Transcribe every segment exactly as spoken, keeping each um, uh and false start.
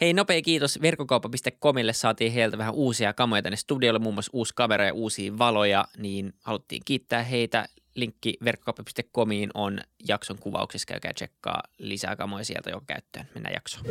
Hei, nopea kiitos verkkokauppa piste comille. Saatiin heiltä vähän uusia kamoja tänne studiolle, muun muassa uusi kamera ja uusia valoja, niin haluttiin kiittää heitä. Linkki verkkokauppa piste comiin on jakson kuvauksessa. Käykää tsekkaa lisää kamoja sieltä jo käyttöön. Mennään jaksoon.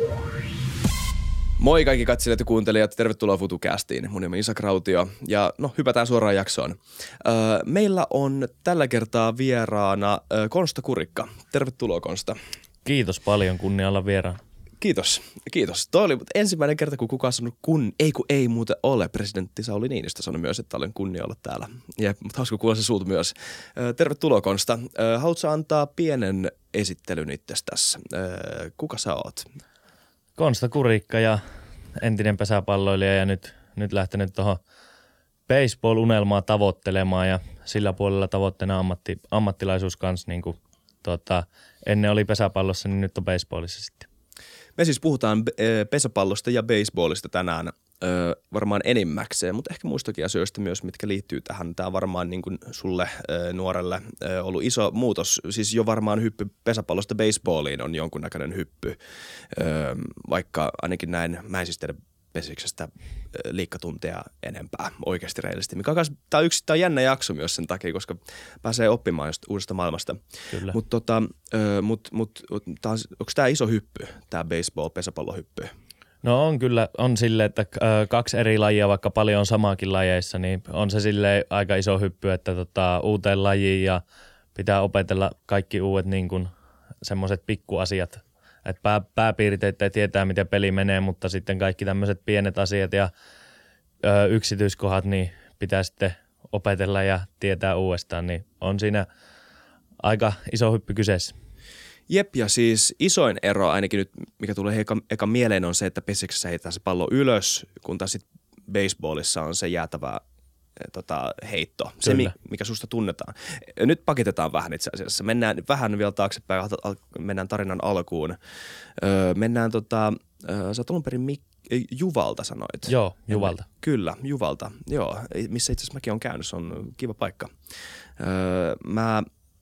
Moi kaikki katselijat ja kuuntelijat, tervetuloa FutuCastiin. Mun nimi on Isak Rautio ja no hypätään suoraan jaksoon. Öö, meillä on tällä kertaa vieraana öö, Konsta Kurikka. Tervetuloa Konsta. Kiitos paljon, kunnia olla vieraana. Kiitos, kiitos. Toi oli ensimmäinen kerta, kun kukaan sanoi kun, ei kun ei muuten ole. Presidentti Sauli Niinistö sanoi myös, että olen kunnia olla täällä. Ja mutta hauska kuulla se sulta myös. Öö, tervetuloa Konsta. Öö, haluatko antaa pienen esittelyn itsestä tässä? Öö, kuka sä oot? Konsta Kurikka ja entinen pesäpalloilija ja nyt, nyt lähtenyt tuohon baseball-unelmaa tavoittelemaan ja sillä puolella tavoitteena ammatti, ammattilaisuus kanssa, niin kuin tuota, ennen oli pesäpallossa, niin nyt on baseballissa sitten. Me siis puhutaan pesäpallosta ja baseballista tänään ö, varmaan enimmäkseen, mutta ehkä muistakin asioista myös, mitkä liittyy tähän. Tämä on varmaan niin kuin sulle ö, nuorelle ö, ollut iso muutos, siis jo varmaan hyppy pesäpallosta baseballiin on jonkunnäköinen hyppy, ö, vaikka ainakin näin, mä en siis tiedä pesiksestä liikkatunteja enempää oikeasti reellisesti. Mikä on, tää on yksi, tää on jännä jakso myös sen takia, koska pääsee oppimaan just uudesta maailmasta. Mutta tota, mut, mut, onko tämä iso hyppy, tämä baseball, pesäpallohyppy? No on kyllä, on silleen, että kaksi eri lajia, vaikka paljon on samaakin lajeissa, niin on se silleen aika iso hyppy, että tota, uuteen lajiin ja pitää opetella kaikki uudet niin kuin semmoiset pikkuasiat. Että pää, pääpiirteittäin tietää, miten peli menee, mutta sitten kaikki tämmöiset pienet asiat ja ö, yksityiskohdat niin pitää sitten opetella ja tietää uudestaan, niin on siinä aika iso hyppy kyseessä. Jep, ja siis isoin ero ainakin nyt, mikä tulee eka, eka mieleen on se, että pesiksessä heitetään se pallo ylös, kun taas sitten baseballissa on se jäätävä Tota, heitto, se Kyllä. mikä susta tunnetaan. Nyt pakitetaan vähän itse asiassa. Mennään vähän vielä taaksepäin, mennään tarinan alkuun. Öö, mennään tota, öö, sä oot alun perin Mik- Juvalta sanoit. Joo, Juvalta. En, kyllä, Juvalta. Joo, missä itse asiassa mäkin olen käynyt, se on kiva paikka. Öö, mä,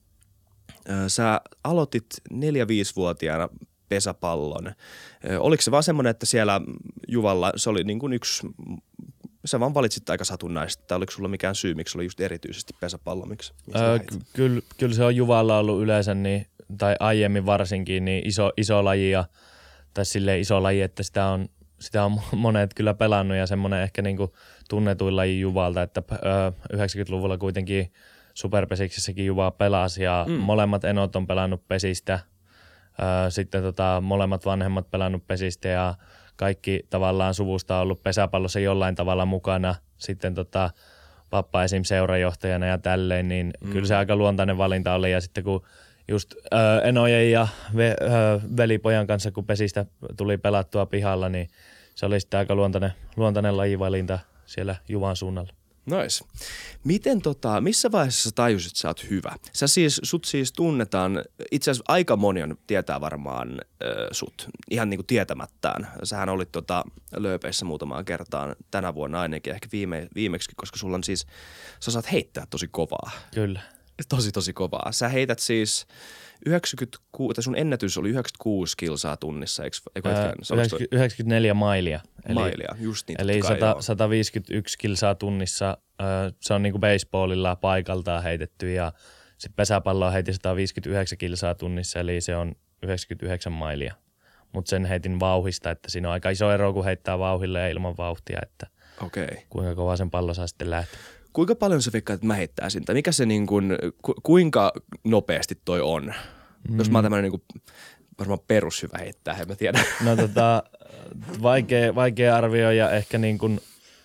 öö, sä aloitit neljä-viisivuotiaana pesäpallon. Öö, oliko se vaan semmoinen, että siellä Juvalla se oli niin kuin yksi sä vaan valitsit aika satunnaisesti, tai oliko sulla mikään syy, miksi oli just erityisesti pesäpallo, miksi? Öö, ky- kyllä, kyllä se on Juvalla ollut yleensä, niin, tai aiemmin varsinkin, niin iso, iso laji, ja, tai silleen iso laji, että sitä on, sitä on monet kyllä pelannut, ja semmoinen ehkä niinku tunnetuin laji Juvalta, että öö, yhdeksänkymmentäluvulla kuitenkin superpesiksessäkin Juva pelasi, ja mm. molemmat enot on pelannut pesistä, öö, sitten tota, molemmat vanhemmat pelannut pesistä, ja kaikki tavallaan suvusta on ollut pesäpallossa jollain tavalla mukana, sitten tota, pappa esim. Seurajohtajana ja tälleen, niin mm. kyllä se aika luontainen valinta oli. Ja sitten kun just ö, enojen ja ve, ö, velipojan kanssa, kun pesistä tuli pelattua pihalla, niin se oli sitten aika luontainen, luontainen lajivalinta siellä Juvan suunnalla. Nois. Miten tota, missä vaiheessa sä tajusit, että sä oot hyvä? Sä siis, sut siis tunnetaan, itse asiassa aika moni on, tietää varmaan äh, sut, ihan niinku tietämättään. Sähän olit tota lööpeissä muutamaan kertaan tänä vuonna ainakin, ehkä viime, viimeksi, koska sulla on siis, sä saat heittää tosi kovaa. Kyllä. Tosi, tosi kovaa. Sä heität siis yhdeksänkymmentäkuusi, tai sun ennätys oli yhdeksänkymmentäkuusi kilsaa tunnissa, eikö? eikö Ää, yhdeksänkymmentäneljä mailia. Eli, mailia, just niin. Eli kai, sata, sata viisikymmentäyksi kilsaa tunnissa, se on niinku baseballilla paikaltaan heitetty, ja sitten pesäpalloa heitin sata viisikymmentäyhdeksän kilsaa tunnissa, eli se on yhdeksänkymmentäyhdeksän mailia. Mutta sen heitin vauhista, että siinä on aika iso ero, kun heittää vauhille ja ilman vauhtia, että okay. kuinka kovaa sen pallo saa sitten lähteä. Kuinka paljon sä veikkaat, että mä heittäisin? Tai mikä se niin kuin, ku, kuinka nopeasti toi on? Mm. Jos mä oon tämmönen niin kuin, varmaan perushyvä heittää, en mä tiedä. No tota, vaikea, vaikea arvioida ehkä niin kuin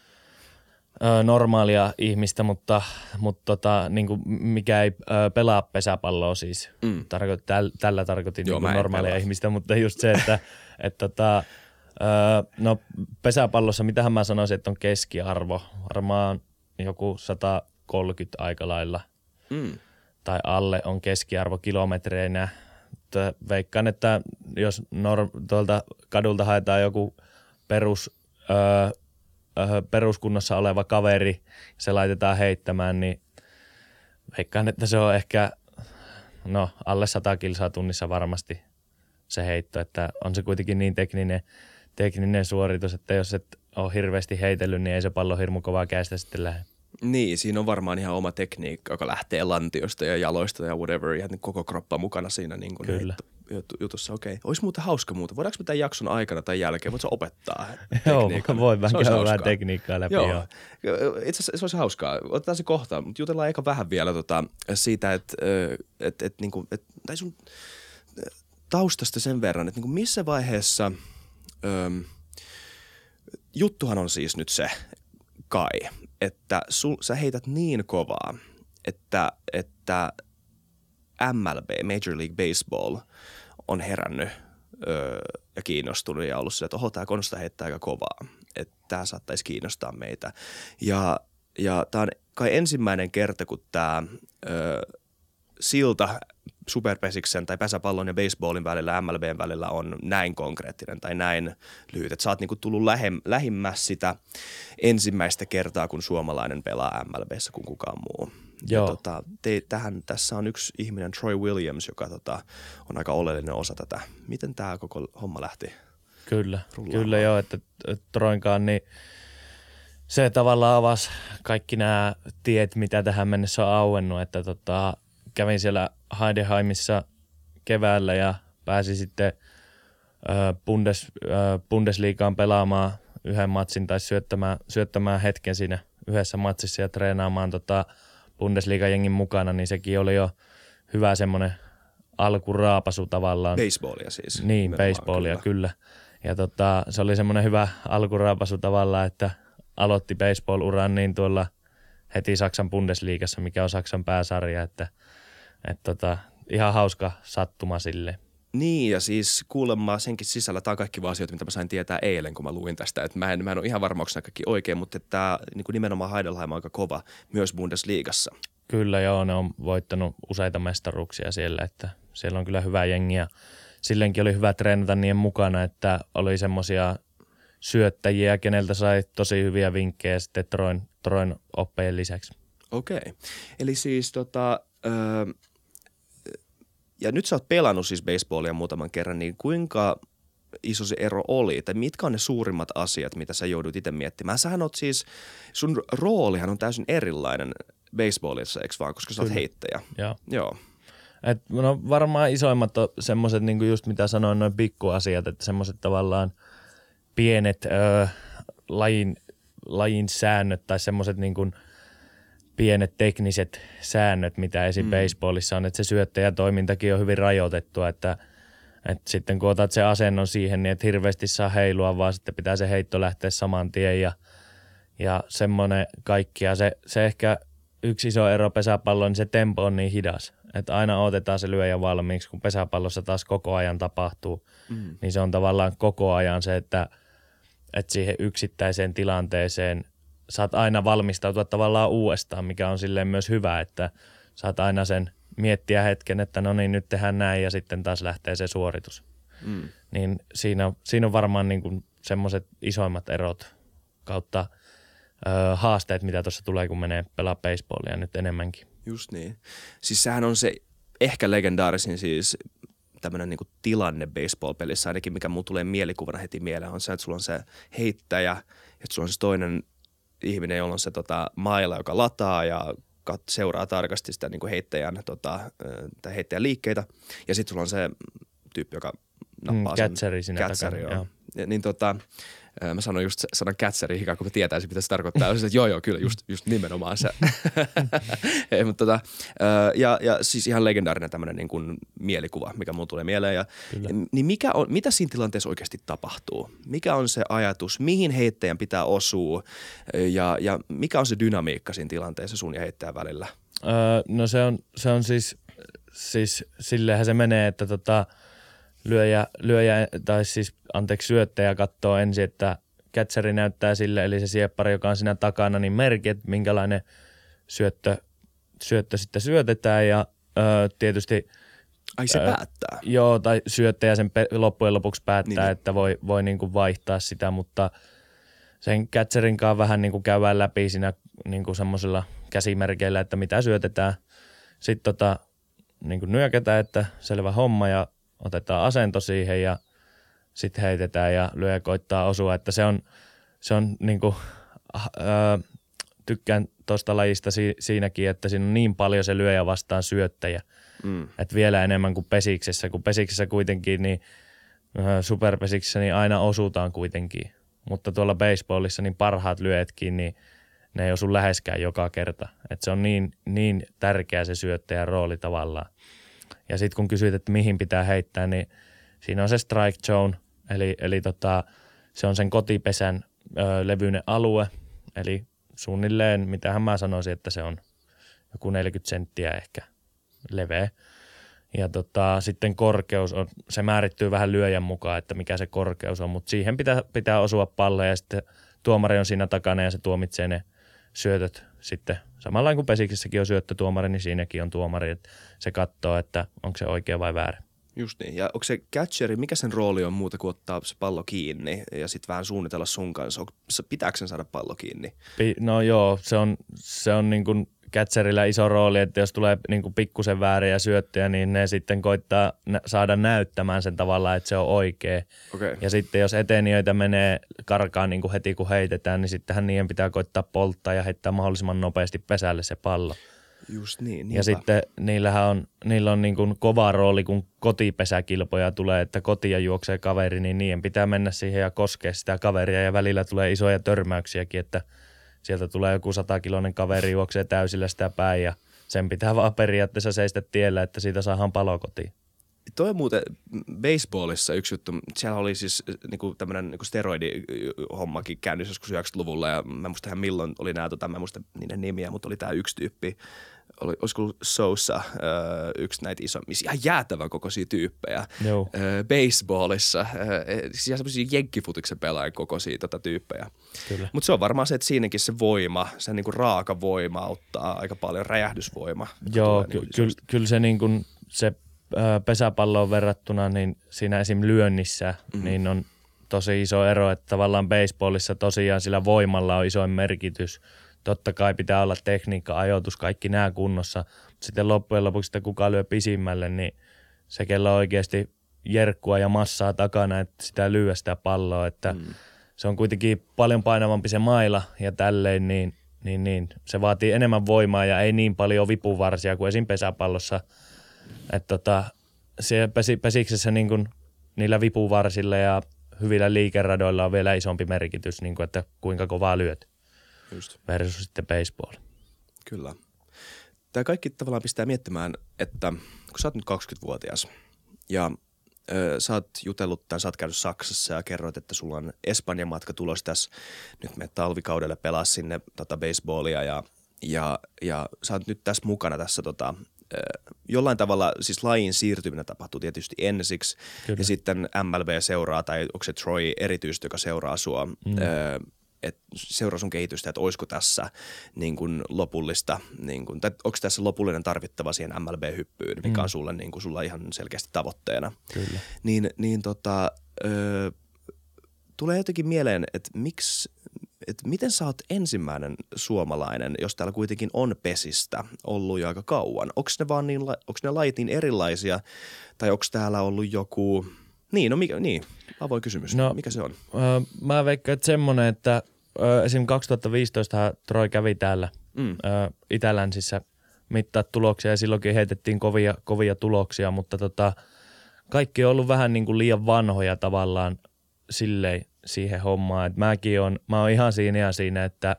ö, normaalia ihmistä, mutta, mutta tota, niin kuin mikä ei ö, pelaa pesäpalloa siis. Mm. Tarko, täl, tällä tarkoitin Joo, niin normaalia pelaa. ihmistä, mutta just se, että et, tota, ö, no pesäpallossa, mitähän mä sanoisin, että on keskiarvo. Varmaan joku sata kolmekymmentä aika lailla mm. tai alle on keskiarvo kilometreinä. Veikkaan, että jos norm- tuolta kadulta haetaan joku perus, öö, öö, peruskunnossa oleva kaveri, se laitetaan heittämään, niin veikkaan, että se on ehkä no, alle sata kilsaa tunnissa varmasti se heitto, että on se kuitenkin niin tekninen, tekninen suoritus, että jos et ole hirveästi heitellyt, niin ei se pallo hirmu kovaa käistä sitten lähde. Niin, siinä on varmaan ihan oma tekniikka, joka lähtee lantiosta ja jaloista ja whatever, ja koko kroppa mukana siinä niin kuin Kyllä. Heitto, jutussa. Okei, okay. Olisi muuten hauska muuta. Voidaanko me tämän jakson aikana tai jälkeen, voitko opettaa Joo, tekniikan? voi vähän käydä vähän tekniikkaa läpi. Joo, joo. Itse asiassa se olisi hauskaa. Otetaan se kohta, mutta jutellaan eka vähän vielä tota, siitä, että et, et, niinku, et, tai sun taustasta sen verran, että niinku missä vaiheessa, ö, juttuhan on siis nyt se, Kai, että sul, sä heität niin kovaa, että, että M L B, Major League Baseball, on herännyt öö, ja kiinnostunut ja ollut sillä, että oho, tää Konsta heittää aika kovaa, että tää saattaisi kiinnostaa meitä. Ja, ja tää on kai ensimmäinen kerta, kun tää öö, silta superpesiksen tai pesäpallon ja baseballin välillä, M L B:n välillä on näin konkreettinen tai näin lyhyt. Että sä oot niinku tullut lähem, lähimmäs sitä ensimmäistä kertaa, kun suomalainen pelaa M L B:ssä kuin kukaan muu. Joo. Ja tota, te, tähän, tässä on yksi ihminen, Troy Williams, joka tota, on aika oleellinen osa tätä. Miten tämä koko homma lähti? Kyllä, rullaamaan? kyllä joo, että Troinkaan niin se tavallaan avasi kaikki nämä tiet, mitä tähän mennessä on auennut, että tota, kävin siellä Heidenheimissa keväällä ja pääsin sitten äh, Bundes, äh, Bundesliigaan pelaamaan yhden matsin tai syöttämään, syöttämään hetken siinä yhdessä matsissa ja treenaamaan tota Bundesliiga-jengin mukana, niin sekin oli jo hyvä semmoinen alkuraapasu tavallaan. Baseballia siis. Niin, baseballia kyllä. kyllä. Ja tota, se oli semmoinen hyvä alkuraapasu tavallaan, että aloitti baseball-uran niin tuolla heti Saksan Bundesliigassa, mikä on Saksan pääsarja, että et tota, ihan hauska sattuma sille. Niin, ja siis kuulemma senkin sisällä, tämä on kaikki vaan asioita, mitä mä sain tietää eilen, kun mä luin tästä. Että mä en, mä en ole ihan varma, onko kaikki oikein, mutta tämä niin nimenomaan Heidenheim on aika kova myös Bundesliigassa. Kyllä joo, ne on voittanut useita mestaruuksia siellä, että siellä on kyllä hyvä jengi ja silleenkin oli hyvä treenata niiden mukana, että oli semmoisia syöttäjiä, keneltä sai tosi hyviä vinkkejä sitten Troin, Troin oppejen lisäksi. Okei, eli siis tota... Öö, ja nyt sä oot pelannut siis baseballia muutaman kerran, niin kuinka iso se ero oli? Tai mitkä on ne suurimmat asiat, mitä sä joudut itse miettimään? Sähän oot siis, sun roolihan on täysin erilainen baseballissa, eikö vaan, koska sä oot heittäjä. Joo. Joo. Et no varmaan isoimmat on semmoiset, niin kuin just mitä sanoin, noin pikkuasiat, että semmoiset tavallaan pienet ö, lajin, lajin säännöt tai semmoiset niin kuin pienet tekniset säännöt, mitä esim. Mm. baseballissa on, että se syöttäjätoimintakin on hyvin rajoitettua, että, että sitten kun otat se asennon siihen, niin et hirveästi saa heilua, vaan sitten pitää se heitto lähteä saman tien ja, ja semmoinen kaikki. Ja se, se ehkä yksi iso ero pesäpalloon, niin se tempo on niin hidas, että aina otetaan se lyöjä valmiiksi, kun pesäpallossa taas koko ajan tapahtuu, mm. niin se on tavallaan koko ajan se, että, että siihen yksittäiseen tilanteeseen saat aina valmistautua tavallaan uudestaan, mikä on silleen myös hyvä, että saat aina sen miettiä hetken, että no niin, nyt tehdään näin ja sitten taas lähtee se suoritus. Mm. Niin siinä, siinä on varmaan niin kuin semmoiset isoimmat erot kautta ö, haasteet, mitä tuossa tulee, kun menee pelaa baseballia nyt enemmänkin. Just niin. Siis sehän on se ehkä legendaarisin siis tämmöinen niin kuin tilanne baseball-pelissä, ainakin mikä mun tulee mielikuvana heti mieleen, on se, että sulla on se heittäjä, että sulla on se toinen ihminen, jolla on se tota, maila, joka lataa ja kat- seuraa tarkasti sitä niin kuin heittäjän, tota, tai heittäjän liikkeitä. Ja sitten sulla on se tyyppi, joka nappaa mm, sen. Catcheri siinä Catcheri, takana. joo. Ja, niin tota, mä sanoin just sanan catcheri, ikään kuin mä tietäisin, mitä se tarkoittaa. Olisin, että joo, joo, kyllä, just, just nimenomaan se. Ei, mutta tota, ja, ja siis ihan legendaarinen tämmöinen niin kuin mielikuva, mikä mulle tulee mieleen. Ja, niin mikä on, mitä siinä tilanteessa oikeasti tapahtuu? Mikä on se ajatus? Mihin heittäjän pitää osua? Ja, ja mikä on se dynamiikka siinä tilanteessa sun ja heittäjän välillä? Öö, no se on, se on siis, siis silleenhän se menee, että tota, lyöjä, lyöjä, tai siis anteeksi syöttäjä katsoo ensin, että catcheri näyttää sille, eli se sieppari, joka on siinä takana, niin merkki, että minkälainen syöttö, syöttö sitten syötetään ja öö, tietysti Ai se öö, päättää? Joo, tai syöttäjä sen pe- loppujen lopuksi päättää, niin. Että voi, voi niinku vaihtaa sitä, mutta sen catcherin kanssa vähän niinku käydään läpi siinä niinku semmoisella käsimerkeillä, että mitä syötetään. Sitten tota, niinku nyökätään, että selvä homma ja otetaan asento siihen ja sit heitetään ja lyöjä koittaa osua, että se on, se on niinku, öö, tykkään tuosta lajista si- siinäkin, että siinä on niin paljon se lyöjä vastaan syöttäjä, mm. että vielä enemmän kuin pesiksessä, kun pesiksessä kuitenkin niin öö, superpesiksessä niin aina osutaan kuitenkin, mutta tuolla baseballissa niin parhaat lyöjätkin, niin ne ei osu läheskään joka kerta, että se on niin, niin tärkeä se syöttäjän rooli tavallaan. Ja sitten kun kysyt, että mihin pitää heittää, niin siinä on se strike zone, eli, eli tota, se on sen kotipesän ö, levyinen alue, eli suunnilleen, mitähän mä sanoisin, että se on joku neljäkymmentä senttiä ehkä leveä. Ja tota, sitten korkeus, on, se määrittyy vähän lyöjän mukaan, että mikä se korkeus on, mutta siihen pitää, pitää osua pallo ja sitten tuomari on siinä takana ja se tuomitsee ne syötöt sitten. Samalla kuin pesiksessäkin on syöttötuomari, niin siinäkin on tuomari, että se katsoo, että onko se oikea vai väärä. Just niin. Ja onko se catcheri, mikä sen rooli on muuta kuin ottaa se pallo kiinni ja sitten vähän suunnitella sun kanssa? Pitääkö sen saada pallo kiinni? No joo, se on, se on niin kuin catcherillä iso rooli, että jos tulee niin kuin pikkusen vääriä syöttöjä, niin ne sitten koittaa saada näyttämään sen tavallaan, että se on oikea. Okay. Ja sitten jos eteenijöitä menee karkaan niin kuin heti kun heitetään, niin sittenhän niiden pitää koittaa polttaa ja heittää mahdollisimman nopeasti pesälle se pallo. Just niin. Niinpä. Ja sitten niillähän on, niillä on niin kuin kova rooli, kun kotipesäkilpoja tulee, että kotia juoksee kaveri, niin niiden pitää mennä siihen ja koskea sitä kaveria ja välillä tulee isoja törmäyksiäkin, että sieltä tulee joku satakiloinen kaveri, juoksee täysillä sitä päin ja sen pitää vaan periaatteessa seistä tiellä, että siitä saadaan palo kotiin. Toi muuten baseballissa yksi juttu, siellä oli siis niinku tämmöinen niinku steroidihommakin käynnissä joskus yhdeksänkymmentäluvulla ja mä en muista ihan milloin oli nämä, tota, mä en muista niiden nimiä, mutta oli tää yksi tyyppi, oli, olisiko ollut Sosa, öö, yksi näitä isommissa, ihan jäätävän kokoisia tyyppejä öö, baseballissa, öö, siis ihan semmoisia jenkkifutiksen pelaajan kokoisia tota tyyppejä. Mutta se on varmaan se, että siinäkin se voima, se niinku raaka voima auttaa aika paljon, räjähdysvoima. Joo, ky- kyllä ky- se niin kuin se pesäpalloon verrattuna, niin siinä esim. Lyönnissä mm-hmm. niin on tosi iso ero, että tavallaan baseballissa tosiaan sillä voimalla on isoin merkitys. Totta kai pitää olla tekniikka, ajoitus, kaikki nämä kunnossa. Sitten loppujen lopuksi, että kuka lyö pisimmälle, niin se kello oikeasti jerkkua ja massaa takana, että sitä lyö sitä palloa. Että mm. se on kuitenkin paljon painavampi se maila ja tälleen, niin, niin, niin se vaatii enemmän voimaa ja ei niin paljon vipuvarsia kuin esim. Pesäpallossa. Että tota, siellä pesi, pesiksessä niin kuin niillä vipuvarsilla ja hyvillä liikeradoilla on vielä isompi merkitys, niin kuin, että kuinka kovaa lyöt. Just. Versus sitten baseball. Kyllä. Tämä kaikki tavallaan pistää miettimään, että kun sä oot nyt kaksikymmentävuotias ja ö, sä oot jutellut tai sä oot käynyt Saksassa ja kerroit, että sulla on Espanjan matka tulos tässä, nyt me talvikaudelle pelaa sinne tota baseballia ja, ja, ja sä oot nyt tässä mukana tässä tota, jollain tavalla siis lajin siirtyminen tapahtuu tietysti ensiksi Kyllä. ja sitten M L B seuraa tai onko se Troy erityisesti, joka seuraa sua, mm. ö, että seuraa sun kehitystä, että olisiko tässä niin kuin lopullista, niin kuin, tai onko tässä lopullinen tarvittava siihen M L B-hyppyyn, mikä mm. on sulle niin kuin, sulla ihan selkeästi tavoitteena. Kyllä. Niin, niin tota, ö, tulee jotenkin mieleen, että miksi, että miten sä oot ensimmäinen suomalainen, jos täällä kuitenkin on pesistä ollut jo aika kauan? Onko ne vaan niin, onko ne lajit niin erilaisia, tai onko täällä ollut joku, niin, no mikä, niin, avoin kysymys, no, mikä se on? Öö, mä veikkaan, että semmoinen, että öö, esim. kaksituhattaviisitoista Troy kävi täällä mm. öö, Itä-Länsissä mittaa tuloksia, ja silloinkin heitettiin kovia, kovia tuloksia, mutta tota, kaikki on ollut vähän niin kuin liian vanhoja tavallaan silleen siihen hommaan, että mäkin on, mä oon ihan siinä ja siinä, että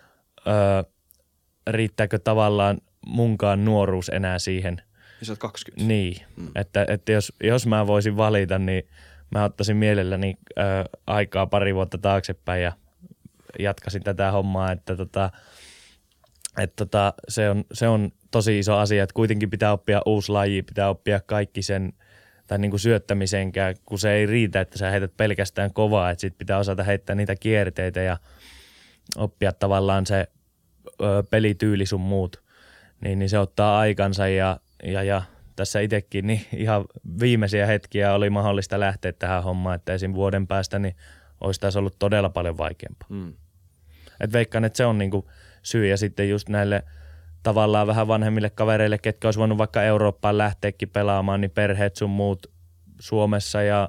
öö, riittääkö tavallaan munkaan nuoruus enää siihen. Ja sä oot kaksikymmentä. Niin, mm. että, että jos, jos mä voisin valita, niin mä ottaisin mielelläni öö, aikaa pari vuotta taaksepäin ja jatkasin tätä hommaa, että tota, että tota, se, on, se on tosi iso asia, että kuitenkin pitää oppia uusi laji, pitää oppia kaikki sen tai niin kuin syöttämisenkään, kun se ei riitä, että sä heität pelkästään kovaa, että sit pitää osata heittää niitä kierteitä ja oppia tavallaan se ö, pelityyli sun muut, niin, niin se ottaa aikansa ja, ja, ja tässä itsekin niin ihan viimeisiä hetkiä oli mahdollista lähteä tähän hommaan, että esim. Vuoden päästä niin olisi taas ollut todella paljon vaikeampaa. Mm. Et veikkaan, että se on niin kuin syy ja sitten just näille tavallaan vähän vanhemmille kavereille, ketkä olisi voinut vaikka Eurooppaan lähteäkin pelaamaan, niin perheet sun muut Suomessa ja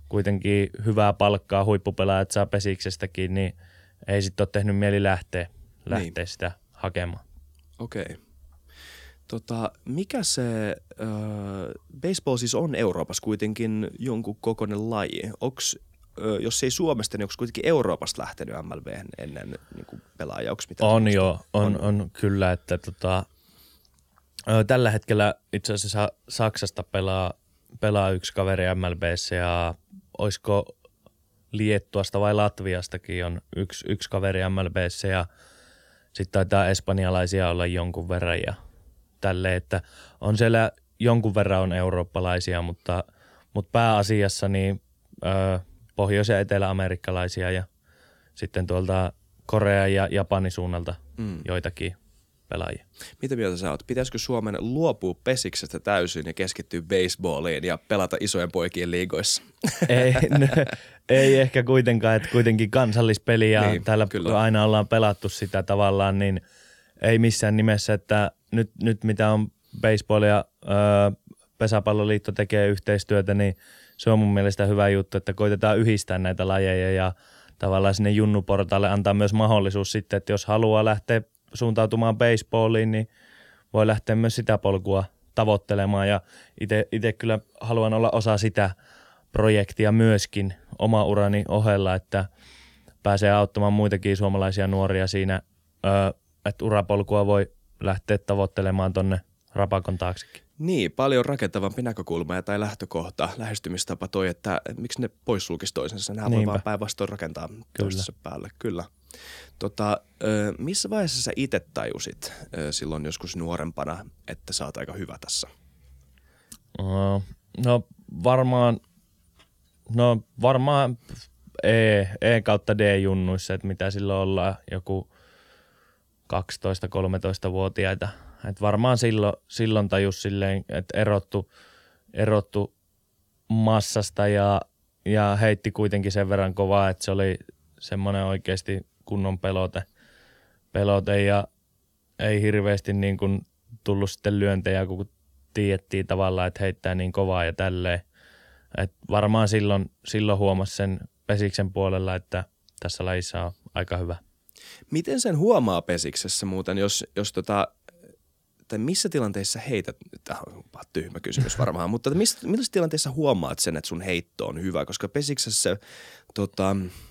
kuitenkin hyvää palkkaa huippupelaajat saa Pesiksestäkin, niin ei sitten ole tehnyt mieli lähteä, lähteä niin. sitä hakemaan. Okei. Okay. Tota, mikä se, äh, baseball siis on Euroopassa kuitenkin jonkun kokoinen laji. Onks, äh, jos ei Suomesta, niin onko kuitenkin Euroopasta lähtenyt M L B:hen ennen niin pelaajaa? On joo, on, on. on kyllä, että tota, äh, tällä hetkellä itse asiassa Saksasta pelaa, pelaa yksi kaveri M L B:ssä ja olisiko Liettuasta vai Latviastakin on yksi, yksi kaveri M L B:ssä ja sitten taitaa espanjalaisia olla jonkun verran ja tälleen, että on siellä jonkun verran on eurooppalaisia, mutta, mutta pääasiassa niin ö, pohjois- ja etelä-amerikkalaisia ja sitten tuolta Korea ja Japanin suunnalta mm. joitakin pelaajia. Mitä mieltä sä oot? Pitäisikö Suomen luopua Pesiksestä täysin ja keskittyä baseballiin ja pelata isojen poikien liigoissa? Ei, no, ei ehkä kuitenkaan, että kuitenkin kansallispeli ja niin, täällä kyllä. aina ollaan pelattu sitä tavallaan, niin ei missään nimessä, että nyt, nyt mitä on baseball ja ö, pesäpalloliitto tekee yhteistyötä, niin se on mun mielestä hyvä juttu, että koitetaan yhdistää näitä lajeja ja tavallaan sinne junnuportaalle antaa myös mahdollisuus sitten, että jos haluaa lähteä suuntautumaan baseballiin, niin voi lähteä myös sitä polkua tavoittelemaan ja itse kyllä haluan olla osa sitä projektia myöskin oma urani ohella, että pääsee auttamaan muitakin suomalaisia nuoria siinä, että urapolkua voi lähteä tavoittelemaan tonne rapakon taaksekin. Niin, paljon rakentavampi näkökulma tai lähtökohta, lähestymistapa toi, että miksi ne poissulkisi toisensa. Nämä voi vaan päinvastoin rakentaa toisensa päälle. Kyllä. Tota, missä vaiheessa sä itse tajusit silloin joskus nuorempana, että sä oot aika hyvä tässä? No varmaan, no varmaan E, E kautta D-junnuissa, että mitä silloin ollaan joku kaksitoista-kolmetoista-vuotiaita. Et varmaan silloin, silloin tajus silleen, että erottu, erottu massasta ja, ja heitti kuitenkin sen verran kovaa, että se oli semmoinen oikeasti kunnon pelote, pelote ja ei hirveästi niin kuin tullut sitten lyöntejä, kun tiedettiin tavallaan, että heittää niin kovaa ja tälleen. Et varmaan silloin, silloin huomasi sen Pesiksen puolella, että tässä lajissa on aika hyvä. Miten sen huomaa Pesiksessä muuten, jos, jos tota, tai missä tilanteissa heität, tämä on tyhmä kysymys varmaan, mutta missä, millaisissa tilanteissa huomaat sen, että sun heitto on hyvä, koska Pesiksessä se, tota,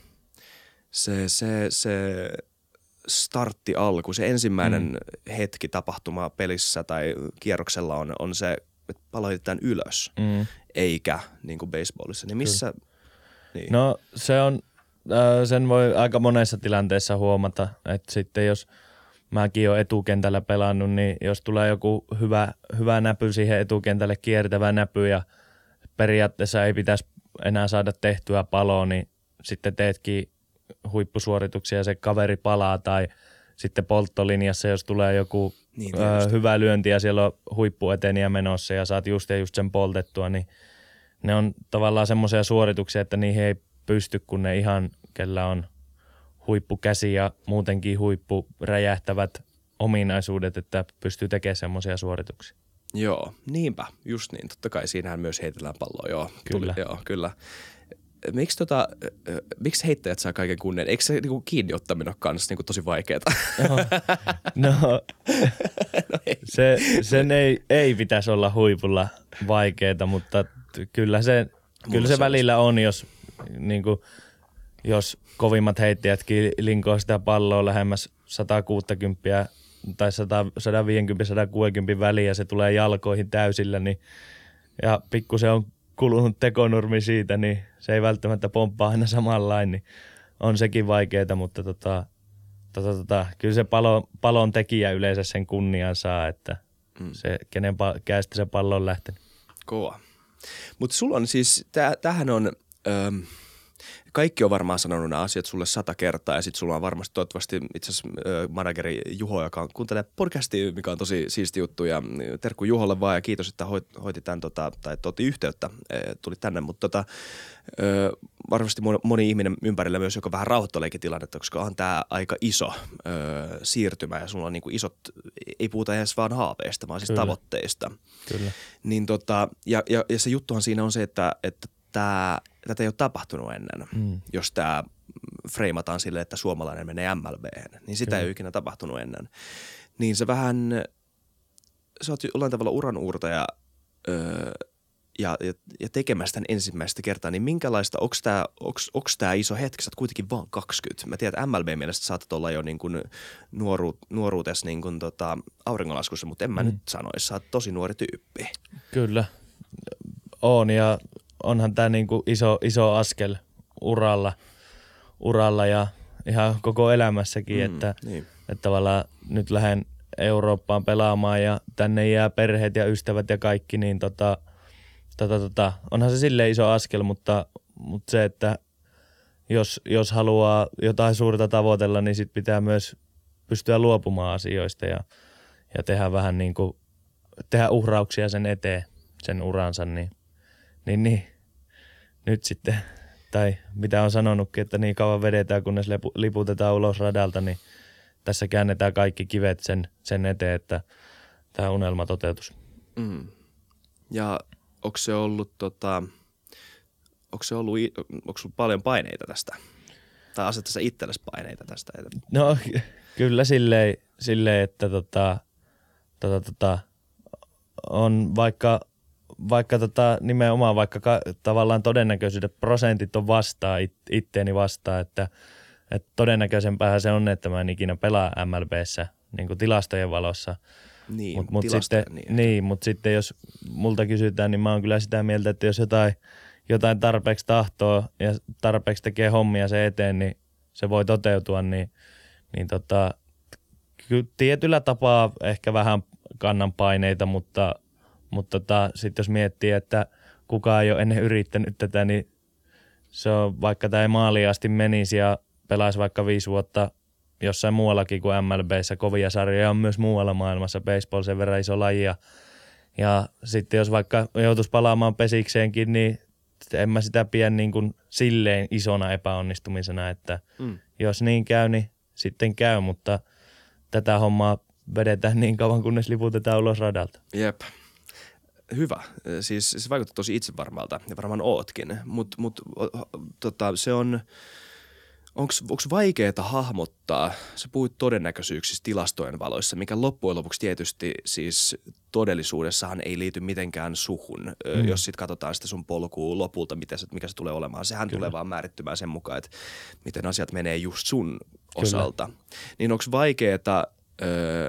se, se, se startti alku, se ensimmäinen mm. hetki tapahtuma pelissä tai kierroksella on, on se, että pallo heitetään ylös, mm. eikä niin kuin baseballissa, niin missä? Niin. No se on, äh, sen voi aika monessa tilanteessa huomata, että sitten jos mäkin olen etukentällä pelannut, niin jos tulee joku hyvä, hyvä näpy siihen etukentälle, kiertävä näpy ja periaatteessa ei pitäisi enää saada tehtyä paloa, niin sitten teetkin huippusuorituksia ja se kaveri palaa tai sitten polttolinjassa, jos tulee joku niin, ö, hyvä lyönti ja siellä on huippueteniä menossa ja saat just ja just sen poltettua, niin ne on tavallaan semmoisia suorituksia, että niihin ei pysty, kun ne ihan, kellä on huippukäsi ja muutenkin huippuräjähtävät ominaisuudet, että pystyy tekemään semmoisia suorituksia. Joo, niinpä, just niin. Totta kai siinähän myös heitellään palloa, joo. Kyllä. Tuli, joo, kyllä. Miksi, tota, miksi heittäjät saa kaiken kunnian? Eikö se niinku kiinni ottaminen ole kanssa niinku tosi vaikeaa? No, no, no ei. Se, sen ei, ei pitäisi olla huipulla vaikeaa, mutta kyllä se, kyllä se välillä on, jos, niinku, jos kovimmat heittäjätkin linkoo sitä palloa lähemmäs sata kuusikymmentä tai sata viisikymmentä sata kuusikymmentä väliin ja se tulee jalkoihin täysillä, niin, ja pikkusen on kulunut tekonurmi siitä, niin se ei välttämättä pomppaa aina samanlain, niin on sekin vaikeaa, mutta tota, tota, tota, kyllä se palo, palon tekijä yleensä sen kunnian saa, että mm. se, kenen pa- käistä se pallo on lähtenyt. Kova. Mutta sulla on siis, täh- tämähän on, öö, kaikki on varmaan sanonut nämä asiat sulle sata kertaa ja sitten sulla on varmasti toivottavasti itse asiassa öö, manageri Juho, joka kuuntelee podcastia, mikä on tosi siisti juttu ja terkku Juholle vaan ja kiitos, että hoit, hoiti tämän tota, tai otti yhteyttä, e, tuli tänne, mutta tota, öö, varmasti moni, moni ihminen ympärillä myös, joka vähän rauhoitteleekin tilannetta, koska on tämä aika iso öö, siirtymä ja sulla on niinku isot, ei puhuta edes vaan haaveista, vaan siis Kyllä. tavoitteista. Kyllä. Niin tota, ja, ja, ja se juttuhan siinä on se, että, että tää, tätä ei ole tapahtunut ennen, mm. jos tämä freimataan silleen, että suomalainen menee M L B:hen, niin sitä Kyllä. ei ole ikinä tapahtunut ennen. Niin se vähän, sä oot jollain tavalla uranuurtaja öö, ja, ja, ja tekemässä tämän ensimmäistä kertaa, niin minkälaista, onko tämä onks tää iso hetki, sä oot kuitenkin vaan kaksikymmentä. Mä tiedän, että M L B-mielestä saatat olla jo niin kuin nuoru, nuoruutessa niin kuin tota auringonlaskussa, mutta en mä mm. nyt sanoisi, sä oot tosi nuori tyyppi. Kyllä, on ja onhan tämä niin kuin iso, iso askel uralla, uralla ja ihan koko elämässäkin, mm, että, niin. että tavallaan nyt lähden Eurooppaan pelaamaan ja tänne jää perheet ja ystävät ja kaikki, niin tota, tota, tota, onhan se silleen iso askel, mutta, mutta se, että jos, jos haluaa jotain suurta tavoitella, niin sit pitää myös pystyä luopumaan asioista ja, ja tehdä vähän niin kuin, tehdä uhrauksia sen eteen, sen uransa, niin, niin, niin nyt sitten, tai mitä on sanonutkin, että niin kauan vedetään, kunnes lepu, liputetaan ulos radalta, niin tässä käännetään kaikki kivet sen, sen eteen, että tämä unelma toteutus. Mm. Ja onko se ollut, tota, onko se ollut, onko sulla paljon paineita tästä? Tai asettaa sä itsellesi paineita tästä? No kyllä silleen, silleen että tota, tota, tota, on vaikka, vaikka tota, nimenomaan vaikka ka, tavallaan todennäköisyyden prosentit on vastaan, it, itteeni vastaan, että et todennäköisempää se on, että mä en ikinä pelaa M L B:ssä niin kuin tilastojen valossa. Niin, Mutta mut sitten, niin, niin, mut sitten jos multa kysytään, niin mä oon kyllä sitä mieltä, että jos jotain, jotain tarpeeksi tahtoo ja tarpeeksi tekee hommia se eteen, niin se voi toteutua. Niin, niin tota, tietyllä tapaa ehkä vähän kannan paineita, mutta, mutta tota, sitten jos miettii, että kukaan ei ole ennen yrittänyt tätä, niin se on, vaikka tämä ei maaliin asti menisi ja pelaisi vaikka viisi vuotta jossain muuallakin kuin M L B:ssä, kovia sarjoja on myös muualla maailmassa, baseball sen verran iso laji ja, ja sitten jos vaikka joutuisi palaamaan pesikseenkin, niin en mä sitä pidä niin kuin silleen isona epäonnistumisena, että mm. jos niin käy, niin sitten käy, mutta tätä hommaa vedetään niin kauan, kunnes liputetaan ulos radalta. Jep. Hyvä. Siis se vaikuttaa tosi itsevarmalta ja varmaan ootkin, mutta mut, tota, se on... Onko vaikeaa hahmottaa, sä puhuit todennäköisyyksistä tilastojen valoissa, mikä loppujen lopuksi tietysti siis todellisuudessahan ei liity mitenkään suhun, mm. jos sitten katsotaan sitä sun polkua lopulta, mitä se, mikä se tulee olemaan. Sehän Kyllä. tulee vaan määrittymään sen mukaan, että miten asiat menee just sun osalta. Kyllä. Niin onko vaikeaa, öö,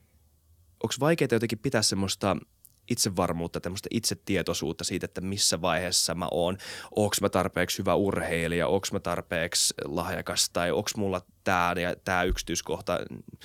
onko vaikeaa jotenkin pitää semmoista itsevarmuutta, tämmöistä itsetietoisuutta siitä, että missä vaiheessa mä oon. Onko mä tarpeeksi hyvä urheilija, onko mä tarpeeksi lahjakas tai onko mulla tää ja tää yksityiskohta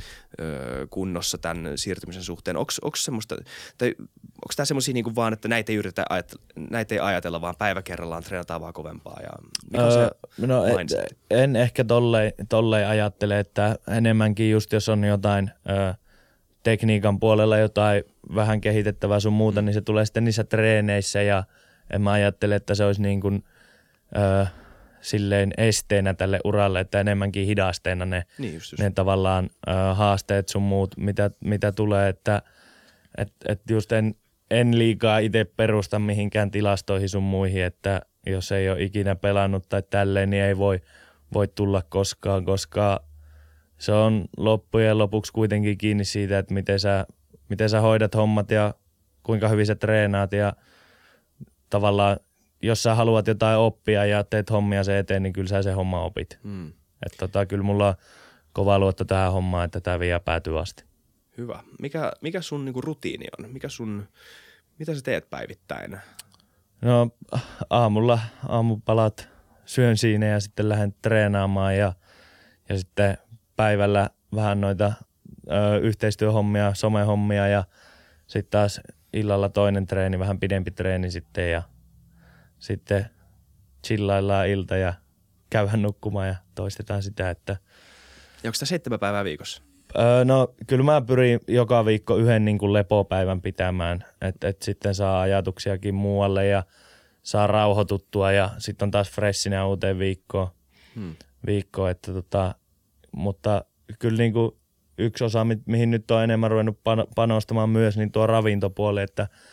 öö, kunnossa tämän siirtymisen suhteen. Onko semmoista, tai onko tää semmoisia niinku vaan, että näitä ei yritä ajatella, näitä ei ajatella, vaan päivä kerrallaan treenataan vaan kovempaa ja mikä on öö, se no et, en ehkä tolleen, tolleen ajattele, että enemmänkin just jos on jotain öö, tekniikan puolella jotain vähän kehitettävää sun muuta, niin se tulee sitten niissä treeneissä ja en mä ajattele, että se olisi niin kuin, ö, silleen esteenä tälle uralle, että enemmänkin hidasteena ne, niin just, just. ne tavallaan ö, haasteet sun muut, mitä, mitä tulee, että et, et just en, en liikaa itse perusta mihinkään tilastoihin sun muihin, että jos ei ole ikinä pelannut tai tälleen, niin ei voi, voi tulla koskaan, koska se on loppujen lopuksi kuitenkin kiinni siitä, että miten sä, miten sä hoidat hommat ja kuinka hyvin sä treenaat ja tavallaan jos sä haluat jotain oppia ja teet hommia sen eteen, niin kyllä sä se homma opit. Mm. Että tota, kyllä mulla on kova luotto tähän hommaan, että tämä vie päätyy asti. Hyvä. Mikä, mikä sun niinku rutiini on? Mikä sun, mitä sä teet päivittäin? No aamulla aamupalat syön siinä ja sitten lähden treenaamaan ja, ja sitten päivällä vähän noita ö, yhteistyöhommia, somehommia ja sitten taas illalla toinen treeni, vähän pidempi treeni sitten ja sitten chillaillaan ilta ja käydään nukkumaan ja toistetaan sitä, että... Ja onko sitä seitsemän päivää viikossa? Öö, no kyllä mä pyrin joka viikko yhden niin kuin lepopäivän pitämään, että et sitten saa ajatuksiakin muualle ja saa rauhoituttua ja sitten on taas freshinä uuteen viikkoon, hmm. viikkoon että tota, mutta kyllä niin kuin yksi osa, mi- mihin nyt on enemmän ruvennut pan- panostamaan myös, niin tuo ravintopuoli, että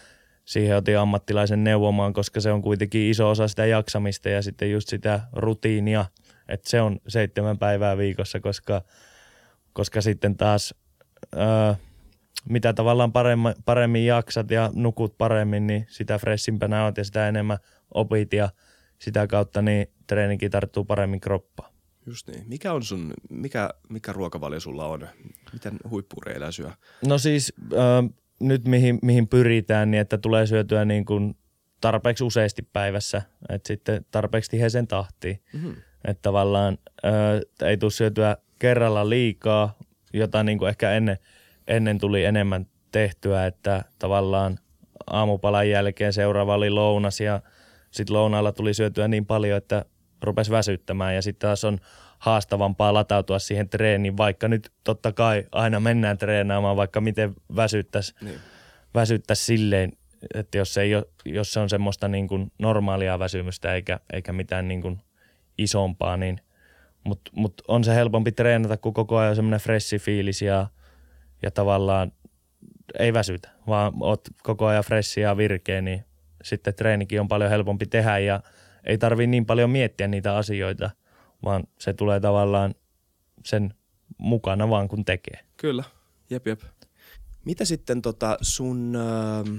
siihen otin ammattilaisen neuvomaan, koska se on kuitenkin iso osa sitä jaksamista ja sitten just sitä rutiinia, että se on seitsemän päivää viikossa, koska, koska sitten taas öö, mitä tavallaan paremmin, paremmin jaksat ja nukut paremmin, niin sitä freshimpänä oot ja sitä enemmän opit ja sitä kautta niin treenikin tarttuu paremmin kroppaan. Just niin. Mikä on sun, mikä, mikä ruokavalio sulla on? Miten huippuureilää syö? No siis äh, nyt mihin, mihin pyritään, niin että tulee syötyä niin kuin tarpeeksi useasti päivässä, että sitten tarpeeksi tiheeseen tahtiin. Mm-hmm. Että tavallaan äh, ei tule syötyä kerralla liikaa, jota niin kuin ehkä ennen, ennen tuli enemmän tehtyä, että tavallaan aamupalan jälkeen seuraava oli lounas ja sitten lounaalla tuli syötyä niin paljon, että rupesi väsyttämään ja sitten taas on haastavampaa latautua siihen treeniin, vaikka nyt totta kai aina mennään treenaamaan, vaikka miten väsyttäisi niin. väsyttäisi silleen, että jos, ei ole, jos se on semmoista niin kuin normaalia väsymystä eikä, eikä mitään niin kuin isompaa, niin, mutta mut on se helpompi treenata, kun koko ajan on semmoinen freshi fiilis ja, ja tavallaan ei väsytä, vaan oot koko ajan freshi ja virkeä, niin sitten treenikin on paljon helpompi tehdä ja ei tarvitse niin paljon miettiä niitä asioita, vaan se tulee tavallaan sen mukana vaan kun tekee. Kyllä, jep jep. Mitä sitten tota sun, äh,